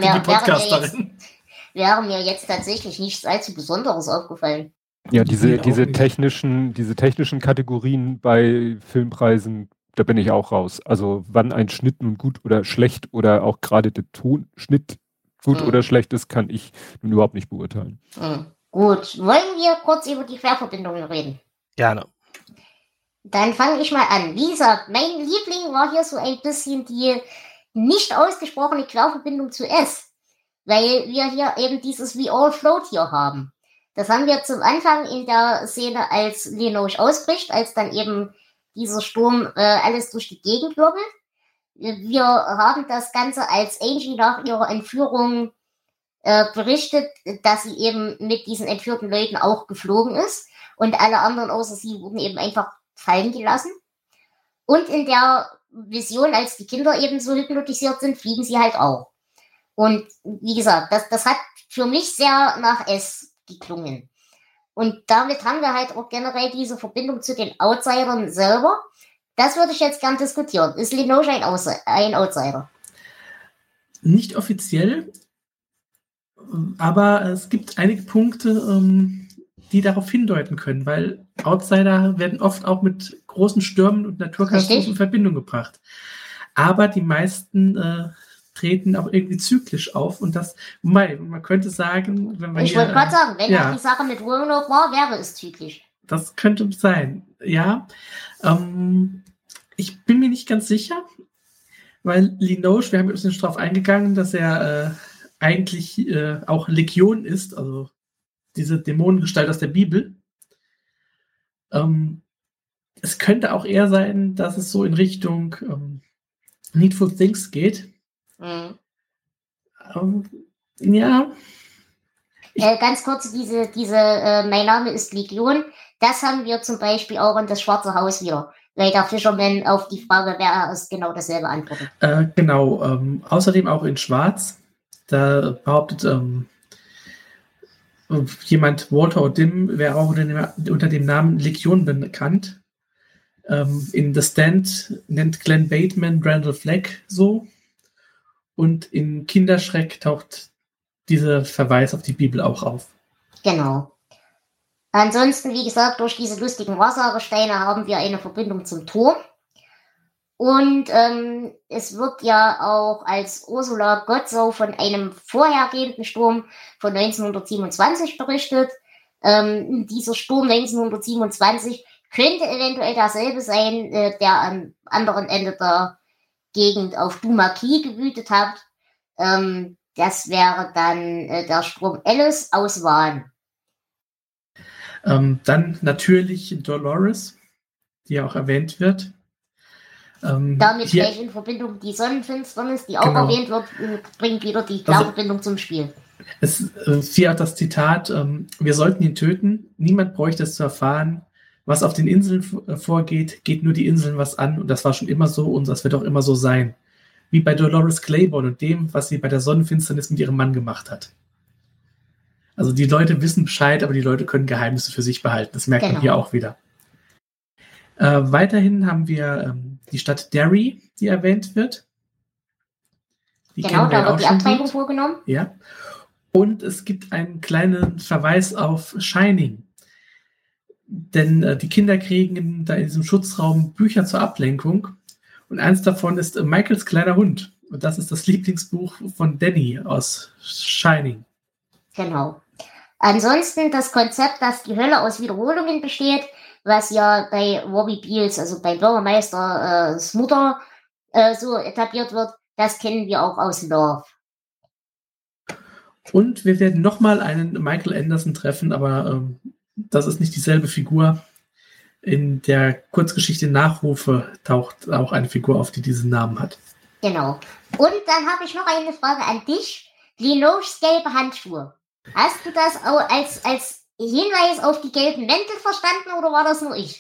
mir jetzt tatsächlich nichts allzu Besonderes aufgefallen. Ja, diese technischen Kategorien bei Filmpreisen, da bin ich auch raus. Also wann ein Schnitt nun gut oder schlecht oder auch gerade der Tonschnitt gut oder schlecht ist, kann ich nun überhaupt nicht beurteilen. Gut, wollen wir kurz über die Querverbindungen reden? Gerne. Dann fange ich mal an. Wie gesagt, mein Liebling war hier so ein bisschen die nicht ausgesprochene Querverbindung zu S, weil wir hier eben dieses We All Float hier haben. Das haben wir zum Anfang in der Szene, als Linoche ausbricht, als dann eben dieser Sturm alles durch die Gegend wirbelt. Wir haben das Ganze, als Angie nach ihrer Entführung berichtet, dass sie eben mit diesen entführten Leuten auch geflogen ist und alle anderen außer sie wurden eben einfach fallen gelassen. Und in der Vision, als die Kinder eben so hypnotisiert sind, fliegen sie halt auch. Und wie gesagt, das hat für mich sehr nach S geklungen. Und damit haben wir halt auch generell diese Verbindung zu den Outsidern selber. Das würde ich jetzt gern diskutieren. Ist Linoche ein Outsider? Nicht offiziell, aber es gibt einige Punkte, die darauf hindeuten können, weil Outsider werden oft auch mit großen Stürmen und Naturkatastrophen in Verbindung gebracht. Aber die meisten treten auch irgendwie zyklisch auf und das, man könnte sagen, wenn man ich wollte gerade sagen, wenn die Sache mit Roanoke war, wäre es zyklisch. Das könnte sein, ja. Ich bin mir nicht ganz sicher, weil Linoche, wir haben übrigens darauf eingegangen, dass er eigentlich auch Legion ist, also diese Dämonengestalt aus der Bibel. Es könnte auch eher sein, dass es so in Richtung Needful Things geht. Ja. Ganz kurz, diese mein Name ist Legion, das haben wir zum Beispiel auch in das Schwarze Haus wieder. Weil der Fisherman auf die Frage, wer er ist, genau dasselbe antwortet. Genau. Außerdem auch in Schwarz. Da behauptet jemand, Walter O'Dim, wäre auch unter dem Namen Legion bekannt. In The Stand nennt Glenn Bateman Randall Flagg so. Und in Kinderschreck taucht dieser Verweis auf die Bibel auch auf. Genau. Ansonsten, wie gesagt, durch diese lustigen Wahrsagersteine haben wir eine Verbindung zum Turm. Und es wird ja auch als Ursula Godsoe von einem vorhergehenden Sturm von 1927 berichtet. Dieser Sturm 1927 könnte eventuell derselbe sein, der am anderen Ende der Gegend auf Dumaki gewütet hat. Das wäre dann der Sturm Alice aus Van. Dann natürlich Dolores, die auch erwähnt wird. Damit gleich in Verbindung die Sonnenfinsternis, die auch erwähnt wird, bringt wieder die Verbindung zum Spiel. Es hier auch das Zitat, wir sollten ihn töten, niemand bräuchte es zu erfahren, was auf den Inseln vorgeht, geht nur die Inseln was an und das war schon immer so und das wird auch immer so sein. Wie bei Dolores Claiborne und dem, was sie bei der Sonnenfinsternis mit ihrem Mann gemacht hat. Also die Leute wissen Bescheid, aber die Leute können Geheimnisse für sich behalten. Das merkt man hier auch wieder. Weiterhin haben wir die Stadt Derry, die erwähnt wird. Die genau, da wird die Abtreibung vorgenommen. Ja. Und es gibt einen kleinen Verweis auf Shining. Denn die Kinder kriegen da in diesem Schutzraum Bücher zur Ablenkung. Und eins davon ist Michaels kleiner Hund. Und das ist das Lieblingsbuch von Danny aus Shining. Genau. Ansonsten das Konzept, dass die Hölle aus Wiederholungen besteht, was ja bei Robbie Beals, also bei Bürgermeisters Mutter, so etabliert wird, das kennen wir auch aus Love. Und wir werden nochmal einen Michael Anderson treffen, aber das ist nicht dieselbe Figur. In der Kurzgeschichte Nachrufe taucht auch eine Figur auf, die diesen Namen hat. Genau. Und dann habe ich noch eine Frage an dich. Linoches gelbe Handschuhe. Hast du das auch als Hinweis auf die gelben Mäntel verstanden oder war das nur ich?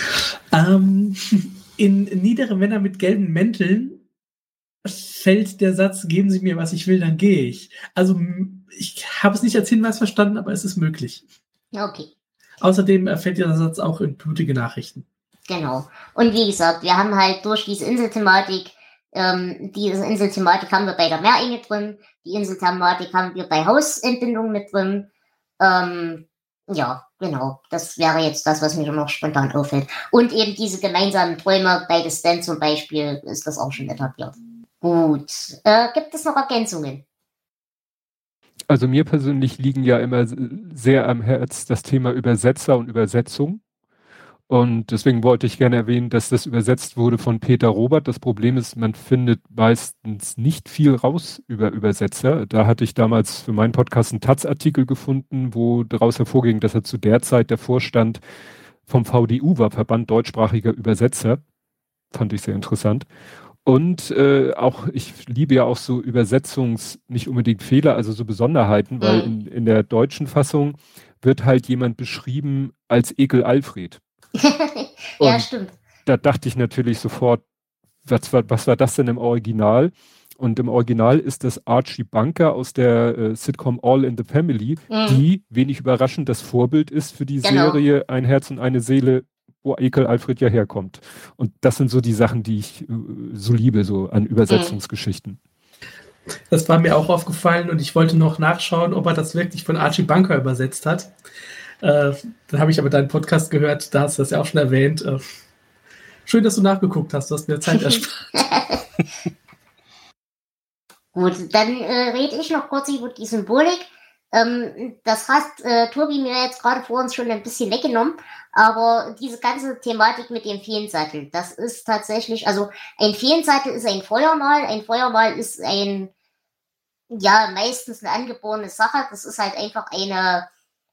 In Niedere Männer mit gelben Mänteln fällt der Satz, geben Sie mir, was ich will, dann gehe ich. Also ich habe es nicht als Hinweis verstanden, aber es ist möglich. Okay. Außerdem fällt dieser Satz auch in blutige Nachrichten. Genau. Und wie gesagt, wir haben halt durch diese Inselthematik, haben wir bei der Meerenge drin, die Inselthematik haben wir bei Hausentbindung mit drin. Ja, genau. Das wäre jetzt das, was mir noch spontan auffällt. Und eben diese gemeinsamen Träume, bei The Stand zum Beispiel, ist das auch schon etabliert. Gut. Gibt es noch Ergänzungen? Also mir persönlich liegen ja immer sehr am Herz das Thema Übersetzer und Übersetzung. Und deswegen wollte ich gerne erwähnen, dass das übersetzt wurde von Peter Robert. Das Problem ist, man findet meistens nicht viel raus über Übersetzer. Da hatte ich damals für meinen Podcast einen Taz-Artikel gefunden, wo daraus hervorging, dass er zu der Zeit der Vorstand vom VDU war, Verband deutschsprachiger Übersetzer. Fand ich sehr interessant. Und auch, ich liebe ja auch so nicht unbedingt Fehler, also so Besonderheiten, weil in der deutschen Fassung wird halt jemand beschrieben als Ekel Alfred. Ja, stimmt. Da dachte ich natürlich sofort, was war das denn im Original? Und im Original ist das Archie Bunker aus der Sitcom All in the Family, die, wenig überraschend, das Vorbild ist für die Serie Ein Herz und eine Seele, wo Ekel Alfred ja herkommt. Und das sind so die Sachen, die ich so liebe, so an Übersetzungsgeschichten. Das war mir auch aufgefallen und ich wollte noch nachschauen, ob er das wirklich von Archie Bunker übersetzt hat. Dann habe ich aber deinen Podcast gehört, da hast du das ja auch schon erwähnt. Schön, dass du nachgeguckt hast, du hast mir Zeit erspart. Gut, dann rede ich noch kurz über die Symbolik. Das hat Tobi mir jetzt gerade vor uns schon ein bisschen weggenommen, aber diese ganze Thematik mit dem Feensattel, das ist tatsächlich, also ein Feensattel ist ein Feuermal ist meistens eine angeborene Sache, das ist halt einfach ein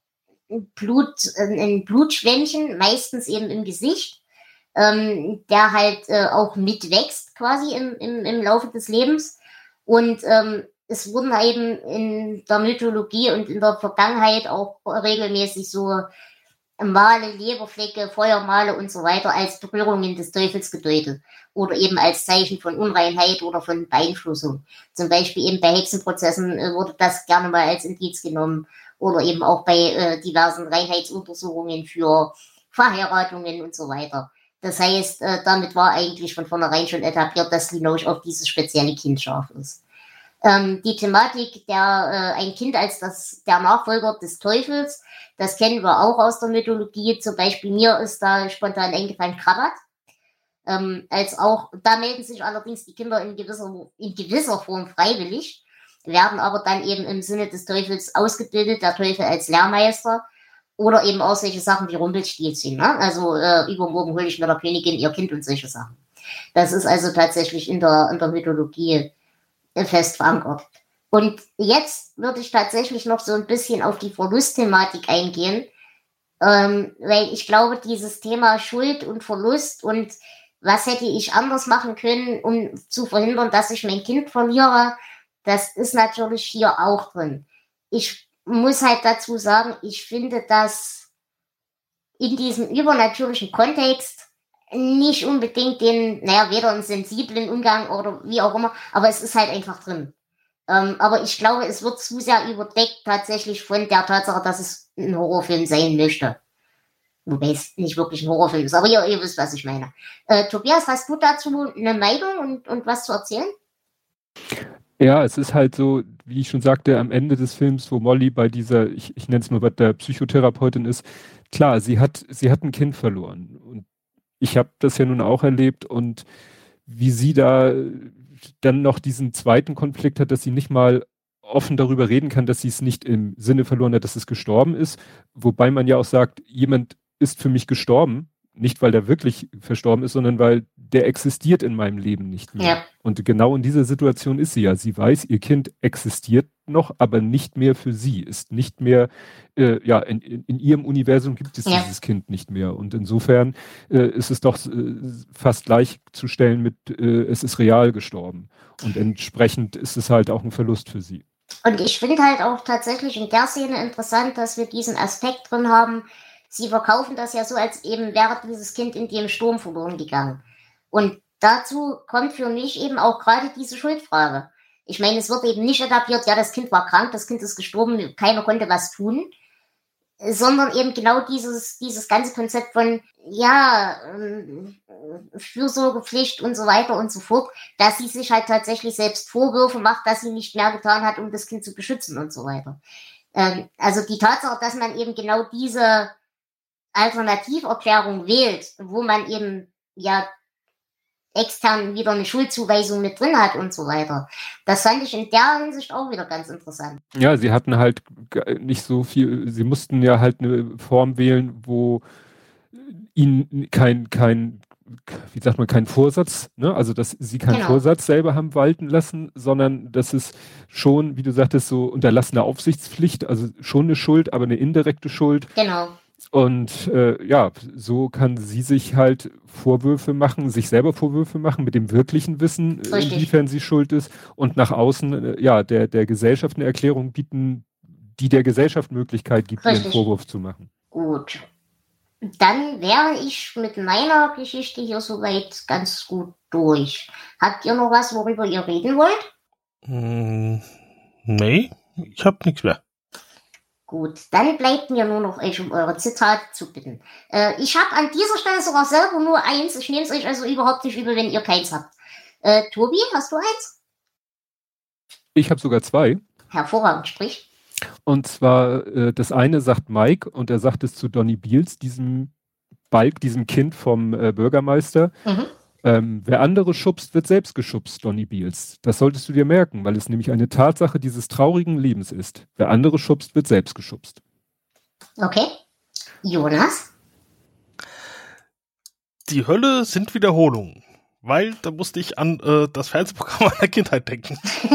Blutschwämmchen, meistens eben im Gesicht, der halt auch mitwächst quasi im Laufe des Lebens und es wurden eben in der Mythologie und in der Vergangenheit auch regelmäßig so Male, Leberflecke, Feuermale und so weiter als Berührungen des Teufels gedeutet oder eben als Zeichen von Unreinheit oder von Beeinflussung. Zum Beispiel eben bei Hexenprozessen wurde das gerne mal als Indiz genommen oder eben auch bei diversen Reinheitsuntersuchungen für Verheiratungen und so weiter. Das heißt, damit war eigentlich von vornherein schon etabliert, dass Linoche auf dieses spezielle Kind scharf ist. Die Thematik ein Kind als der Nachfolger des Teufels, das kennen wir auch aus der Mythologie. Zum Beispiel mir ist da spontan eingefallen Krabat. Da melden sich allerdings die Kinder in gewisser Form freiwillig, werden aber dann eben im Sinne des Teufels ausgebildet, der Teufel als Lehrmeister oder eben auch solche Sachen wie Rumpelstilzchen. Ne? Also übermorgen hole ich mir der Königin ihr Kind und solche Sachen. Das ist also tatsächlich in der Mythologie fest verankert. Und jetzt würde ich tatsächlich noch so ein bisschen auf die Verlustthematik eingehen, weil ich glaube, dieses Thema Schuld und Verlust und was hätte ich anders machen können, um zu verhindern, dass ich mein Kind verliere, das ist natürlich hier auch drin. Ich muss halt dazu sagen, ich finde das in diesem übernatürlichen Kontext nicht unbedingt weder einen sensiblen Umgang oder wie auch immer, aber es ist halt einfach drin. Aber ich glaube, es wird zu sehr überdeckt tatsächlich von der Tatsache, dass es ein Horrorfilm sein möchte. Wobei es nicht wirklich ein Horrorfilm ist, aber ihr wisst, was ich meine. Tobias, hast du dazu eine Meinung und was zu erzählen? Ja, es ist halt so, wie ich schon sagte, am Ende des Films, wo Molly bei dieser, ich nenne es mal, was der Psychotherapeutin ist, klar, sie hat ein Kind verloren. Und ich habe das ja nun auch erlebt und wie sie da dann noch diesen zweiten Konflikt hat, dass sie nicht mal offen darüber reden kann, dass sie es nicht im Sinne verloren hat, dass es gestorben ist. Wobei man ja auch sagt, jemand ist für mich gestorben. Nicht, weil der wirklich verstorben ist, sondern weil der existiert in meinem Leben nicht mehr. Ja. Und genau in dieser Situation ist sie ja. Sie weiß, ihr Kind existiert noch, aber nicht mehr für sie. Ist nicht mehr, in ihrem Universum gibt es dieses Kind nicht mehr. Und insofern ist es doch fast gleichzustellen mit, es ist real gestorben. Und entsprechend ist es halt auch ein Verlust für sie. Und ich finde halt auch tatsächlich in der Szene interessant, dass wir diesen Aspekt drin haben. Sie verkaufen das ja so, als eben wäre dieses Kind in dem Sturm verloren gegangen. Und dazu kommt für mich eben auch gerade diese Schuldfrage. Ich meine, es wird eben nicht etabliert, ja, das Kind war krank, das Kind ist gestorben, keiner konnte was tun, sondern eben genau dieses ganze Konzept von, Fürsorgepflicht und so weiter und so fort, dass sie sich halt tatsächlich selbst Vorwürfe macht, dass sie nicht mehr getan hat, um das Kind zu beschützen und so weiter. Also die Tatsache, dass man eben genau diese Alternativerklärung wählt, wo man eben extern wieder eine Schuldzuweisung mit drin hat und so weiter. Das fand ich in der Hinsicht auch wieder ganz interessant. Ja, sie hatten halt nicht so viel, sie mussten ja halt eine Form wählen, wo ihnen kein Vorsatz, ne? Also dass sie keinen Vorsatz selber haben walten lassen, sondern dass es schon, wie du sagtest, so unterlassene Aufsichtspflicht, also schon eine Schuld, aber eine indirekte Schuld. Genau. Und so kann sie sich halt sich selber Vorwürfe machen mit dem wirklichen Wissen, inwiefern sie schuld ist und nach außen der Gesellschaft eine Erklärung bieten, die der Gesellschaft Möglichkeit gibt, einen Vorwurf zu machen. Gut. Dann wäre ich mit meiner Geschichte hier soweit ganz gut durch. Habt ihr noch was, worüber ihr reden wollt? Nee, ich hab nichts mehr. Gut, dann bleibt mir nur noch euch um eure Zitate zu bitten. Ich habe an dieser Stelle sogar selber nur eins. Ich nehme es euch also überhaupt nicht übel, wenn ihr keins habt. Tobi, hast du eins? Ich habe sogar zwei. Hervorragend, sprich. Und zwar, das eine sagt Mike und er sagt es zu Donny Beals, diesem Kind vom Bürgermeister. Wer andere schubst, wird selbst geschubst, Donny Beals. Das solltest du dir merken, weil es nämlich eine Tatsache dieses traurigen Lebens ist. Wer andere schubst, wird selbst geschubst. Okay. Jonas? Die Hölle sind Wiederholungen, weil da musste ich an das Fernsehprogramm meiner Kindheit denken.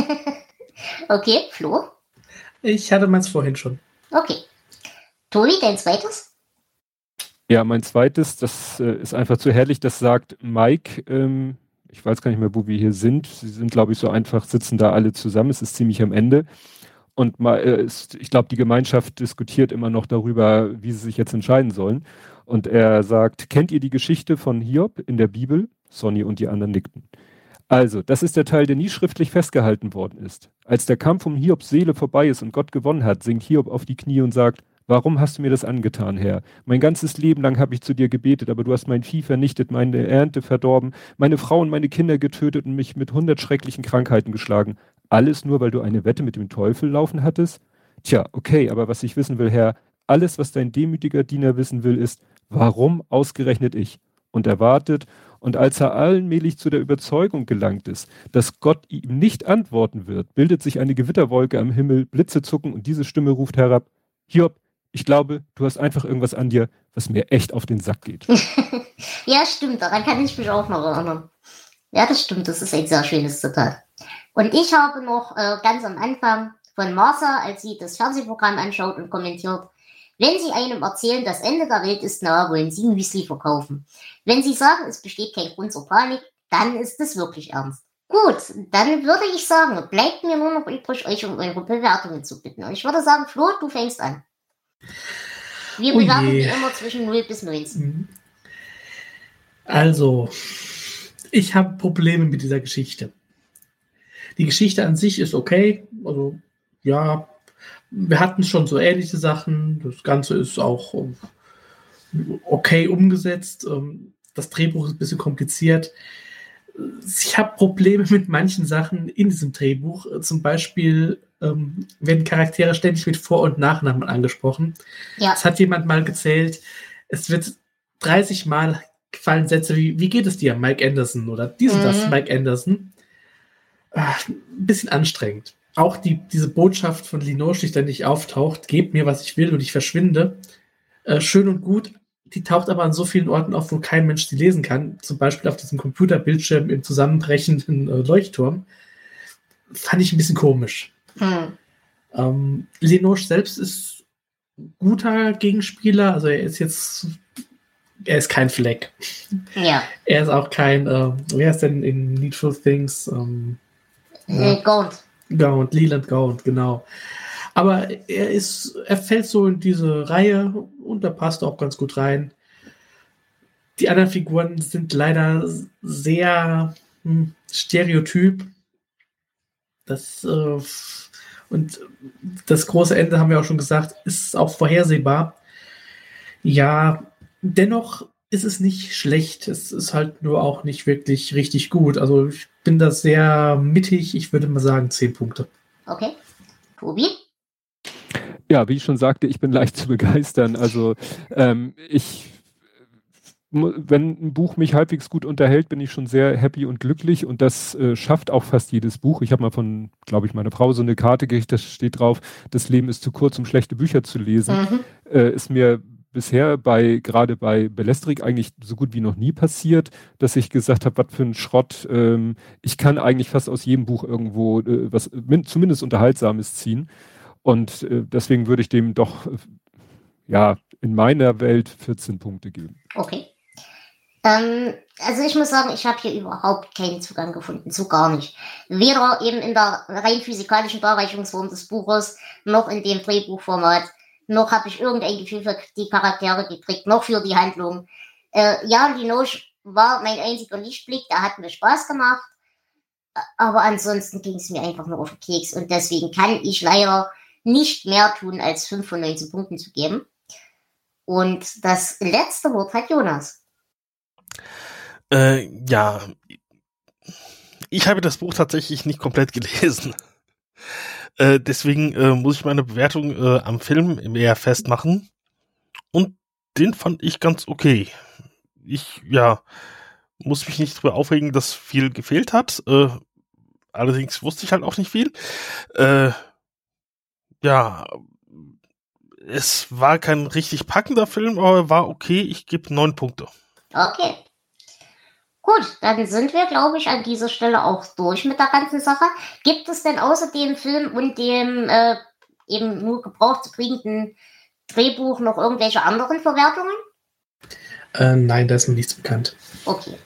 Okay, Flo? Ich hatte meins vorhin schon. Okay. Tobi, dein zweites? Ja, mein zweites, das ist einfach zu herrlich, das sagt Mike, ich weiß gar nicht mehr, wo wir hier sind. Sie sind, glaube ich, so einfach, sitzen da alle zusammen, es ist ziemlich am Ende. Und ich glaube, die Gemeinschaft diskutiert immer noch darüber, wie sie sich jetzt entscheiden sollen. Und er sagt, kennt ihr die Geschichte von Hiob in der Bibel? Sonny und die anderen nickten. Also, das ist der Teil, der nie schriftlich festgehalten worden ist. Als der Kampf um Hiobs Seele vorbei ist und Gott gewonnen hat, sinkt Hiob auf die Knie und sagt, warum hast du mir das angetan, Herr? Mein ganzes Leben lang habe ich zu dir gebetet, aber du hast mein Vieh vernichtet, meine Ernte verdorben, meine Frau und meine Kinder getötet und mich mit 100 schrecklichen Krankheiten geschlagen. Alles nur, weil du eine Wette mit dem Teufel laufen hattest? Tja, okay, aber was ich wissen will, Herr, alles, was dein demütiger Diener wissen will, ist, warum ausgerechnet ich? Und er wartet, und als er allmählich zu der Überzeugung gelangt ist, dass Gott ihm nicht antworten wird, bildet sich eine Gewitterwolke am Himmel, Blitze zucken und diese Stimme ruft herab, Hiob, ich glaube, du hast einfach irgendwas an dir, was mir echt auf den Sack geht. Ja, stimmt, daran kann ich mich auch noch erinnern. Ja, das stimmt, das ist ein sehr schönes Zitat. Und ich habe noch ganz am Anfang von Martha, als sie das Fernsehprogramm anschaut und kommentiert, wenn Sie einem erzählen, das Ende der Welt ist nahe, wollen Sie Müsli verkaufen. Wenn Sie sagen, es besteht kein Grund zur Panik, dann ist es wirklich ernst. Gut, dann würde ich sagen, bleibt mir nur noch übrig, euch um eure Bewertungen zu bitten. Und ich würde sagen, Flo, du fängst an. Wir bewerten wie immer zwischen 0 bis 19. Also, ich habe Probleme mit dieser Geschichte. Die Geschichte an sich ist okay. Also, ja, wir hatten schon so ähnliche Sachen. Das Ganze ist auch okay umgesetzt. Das Drehbuch ist ein bisschen kompliziert. ich habe Probleme mit manchen Sachen in diesem Drehbuch. Zum Beispiel werden Charaktere ständig mit Vor- und Nachnamen angesprochen. Ja. Es hat jemand mal gezählt, es wird 30 Mal fallen Sätze wie geht es dir, Mike Anderson? Oder das, Mike Anderson. Ein bisschen anstrengend. Auch diese Botschaft von Linoche, die ständig auftaucht, gebt mir, was ich will und ich verschwinde. Schön und gut, die taucht aber an so vielen Orten auf, wo kein Mensch sie lesen kann. Zum Beispiel auf diesem Computerbildschirm im zusammenbrechenden Leuchtturm. Fand ich ein bisschen komisch. Linoche selbst ist ein guter Gegenspieler. Also er ist kein Fleck. Ja. Er ist auch kein, wer ist denn in Needful Things? Gaunt. Leland Gaunt, genau. Aber er fällt so in diese Reihe und da passt auch ganz gut rein. Die anderen Figuren sind leider sehr stereotyp. Und das große Ende, haben wir auch schon gesagt, ist auch vorhersehbar. Ja, dennoch ist es nicht schlecht. Es ist halt nur auch nicht wirklich richtig gut. Also ich bin da sehr mittig. Ich würde mal sagen 10 Punkte. Okay. Tobi? Ja, wie ich schon sagte, ich bin leicht zu begeistern. Also wenn ein Buch mich halbwegs gut unterhält, bin ich schon sehr happy und glücklich und das schafft auch fast jedes Buch. Ich habe mal von, glaube ich, meiner Frau so eine Karte gekriegt, da steht drauf, das Leben ist zu kurz, um schlechte Bücher zu lesen. Ist mir bisher gerade bei Bellestrik eigentlich so gut wie noch nie passiert, dass ich gesagt habe, was für ein Schrott. Ich kann eigentlich fast aus jedem Buch irgendwo was zumindest Unterhaltsames ziehen. Und deswegen würde ich dem doch in meiner Welt 14 Punkte geben. Okay. Also ich muss sagen, ich habe hier überhaupt keinen Zugang gefunden, so gar nicht. Weder eben in der rein physikalischen Darreichungsform des Buches, noch in dem Drehbuchformat, noch habe ich irgendein Gefühl für die Charaktere gekriegt, noch für die Handlung. Linoche war mein einziger Lichtblick, der hat mir Spaß gemacht, aber ansonsten ging es mir einfach nur auf den Keks und deswegen kann ich leider nicht mehr tun, als 5 von 19 Punkten zu geben. Und das letzte Wort hat Jonas. Ja, ich habe das Buch tatsächlich nicht komplett gelesen. Deswegen muss ich meine Bewertung am Film eher festmachen. Und den fand ich ganz okay. Ich, muss mich nicht drüber aufregen, dass viel gefehlt hat. Allerdings wusste ich halt auch nicht viel. Es war kein richtig packender Film, aber war okay. Ich gebe 9 Punkte. Okay. Gut, dann sind wir, glaube ich, an dieser Stelle auch durch mit der ganzen Sache. Gibt es denn außer dem Film und dem eben nur gebraucht zu kriegenden Drehbuch noch irgendwelche anderen Verwertungen? Nein, da ist mir nichts bekannt. Okay.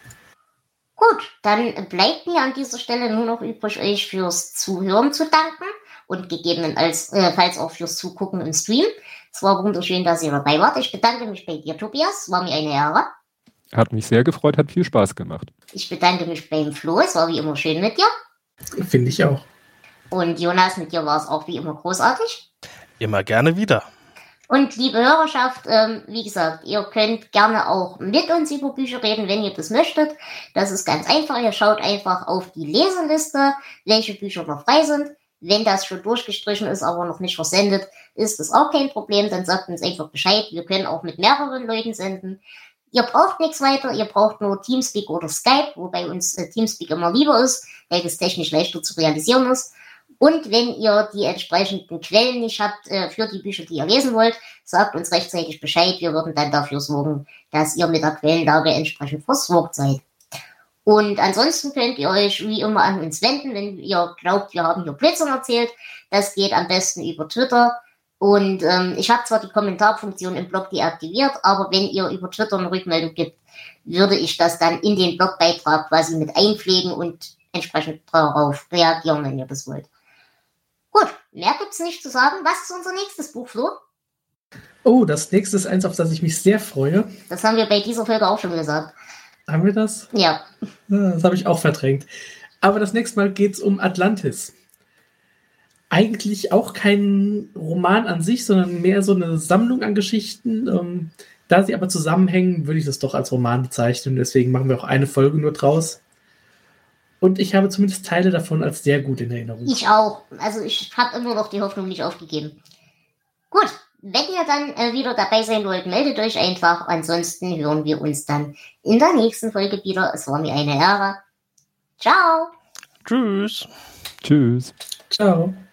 Gut, dann bleibt mir an dieser Stelle nur noch übrig, euch fürs Zuhören zu danken und gegebenenfalls auch fürs Zugucken im Stream. Es war wunderschön, dass ihr dabei wart. Ich bedanke mich bei dir, Tobias. War mir eine Ehre. Hat mich sehr gefreut, hat viel Spaß gemacht. Ich bedanke mich beim Flo. Es war wie immer schön mit dir. Finde ich auch. Und Jonas, mit dir war es auch wie immer großartig. Immer gerne wieder. Und liebe Hörerschaft, wie gesagt, ihr könnt gerne auch mit uns über Bücher reden, wenn ihr das möchtet. Das ist ganz einfach. Ihr schaut einfach auf die Leseliste, welche Bücher noch frei sind. Wenn das schon durchgestrichen ist, aber noch nicht versendet, ist das auch kein Problem. Dann sagt uns einfach Bescheid. Wir können auch mit mehreren Leuten senden. Ihr braucht nichts weiter. Ihr braucht nur Teamspeak oder Skype, wobei uns Teamspeak immer lieber ist, weil das technisch leichter zu realisieren ist. Und wenn ihr die entsprechenden Quellen nicht habt für die Bücher, die ihr lesen wollt, sagt uns rechtzeitig Bescheid. Wir würden dann dafür sorgen, dass ihr mit der Quellenlage entsprechend versorgt seid. Und ansonsten könnt ihr euch wie immer an uns wenden, wenn ihr glaubt, wir haben hier Blödsinn erzählt. Das geht am besten über Twitter. Und ich habe zwar die Kommentarfunktion im Blog deaktiviert, aber wenn ihr über Twitter eine Rückmeldung gibt, würde ich das dann in den Blogbeitrag quasi mit einpflegen und entsprechend darauf reagieren, wenn ihr das wollt. Gut, mehr gibt's nicht zu sagen. Was ist unser nächstes Buch, Flo? Oh, das nächste ist eins, auf das ich mich sehr freue. Das haben wir bei dieser Folge auch schon gesagt. Haben wir das? Ja. Das habe ich auch verdrängt. Aber das nächste Mal geht's um Atlantis. Eigentlich auch kein Roman an sich, sondern mehr so eine Sammlung an Geschichten. Da sie aber zusammenhängen, würde ich das doch als Roman bezeichnen. Deswegen machen wir auch eine Folge nur draus. Und ich habe zumindest Teile davon als sehr gut in Erinnerung. Ich auch. Also ich habe immer noch die Hoffnung nicht aufgegeben. Gut, wenn ihr dann wieder dabei sein wollt, meldet euch einfach. Ansonsten hören wir uns dann in der nächsten Folge wieder. Es war mir eine Ehre. Ciao. Tschüss. Tschüss. Ciao.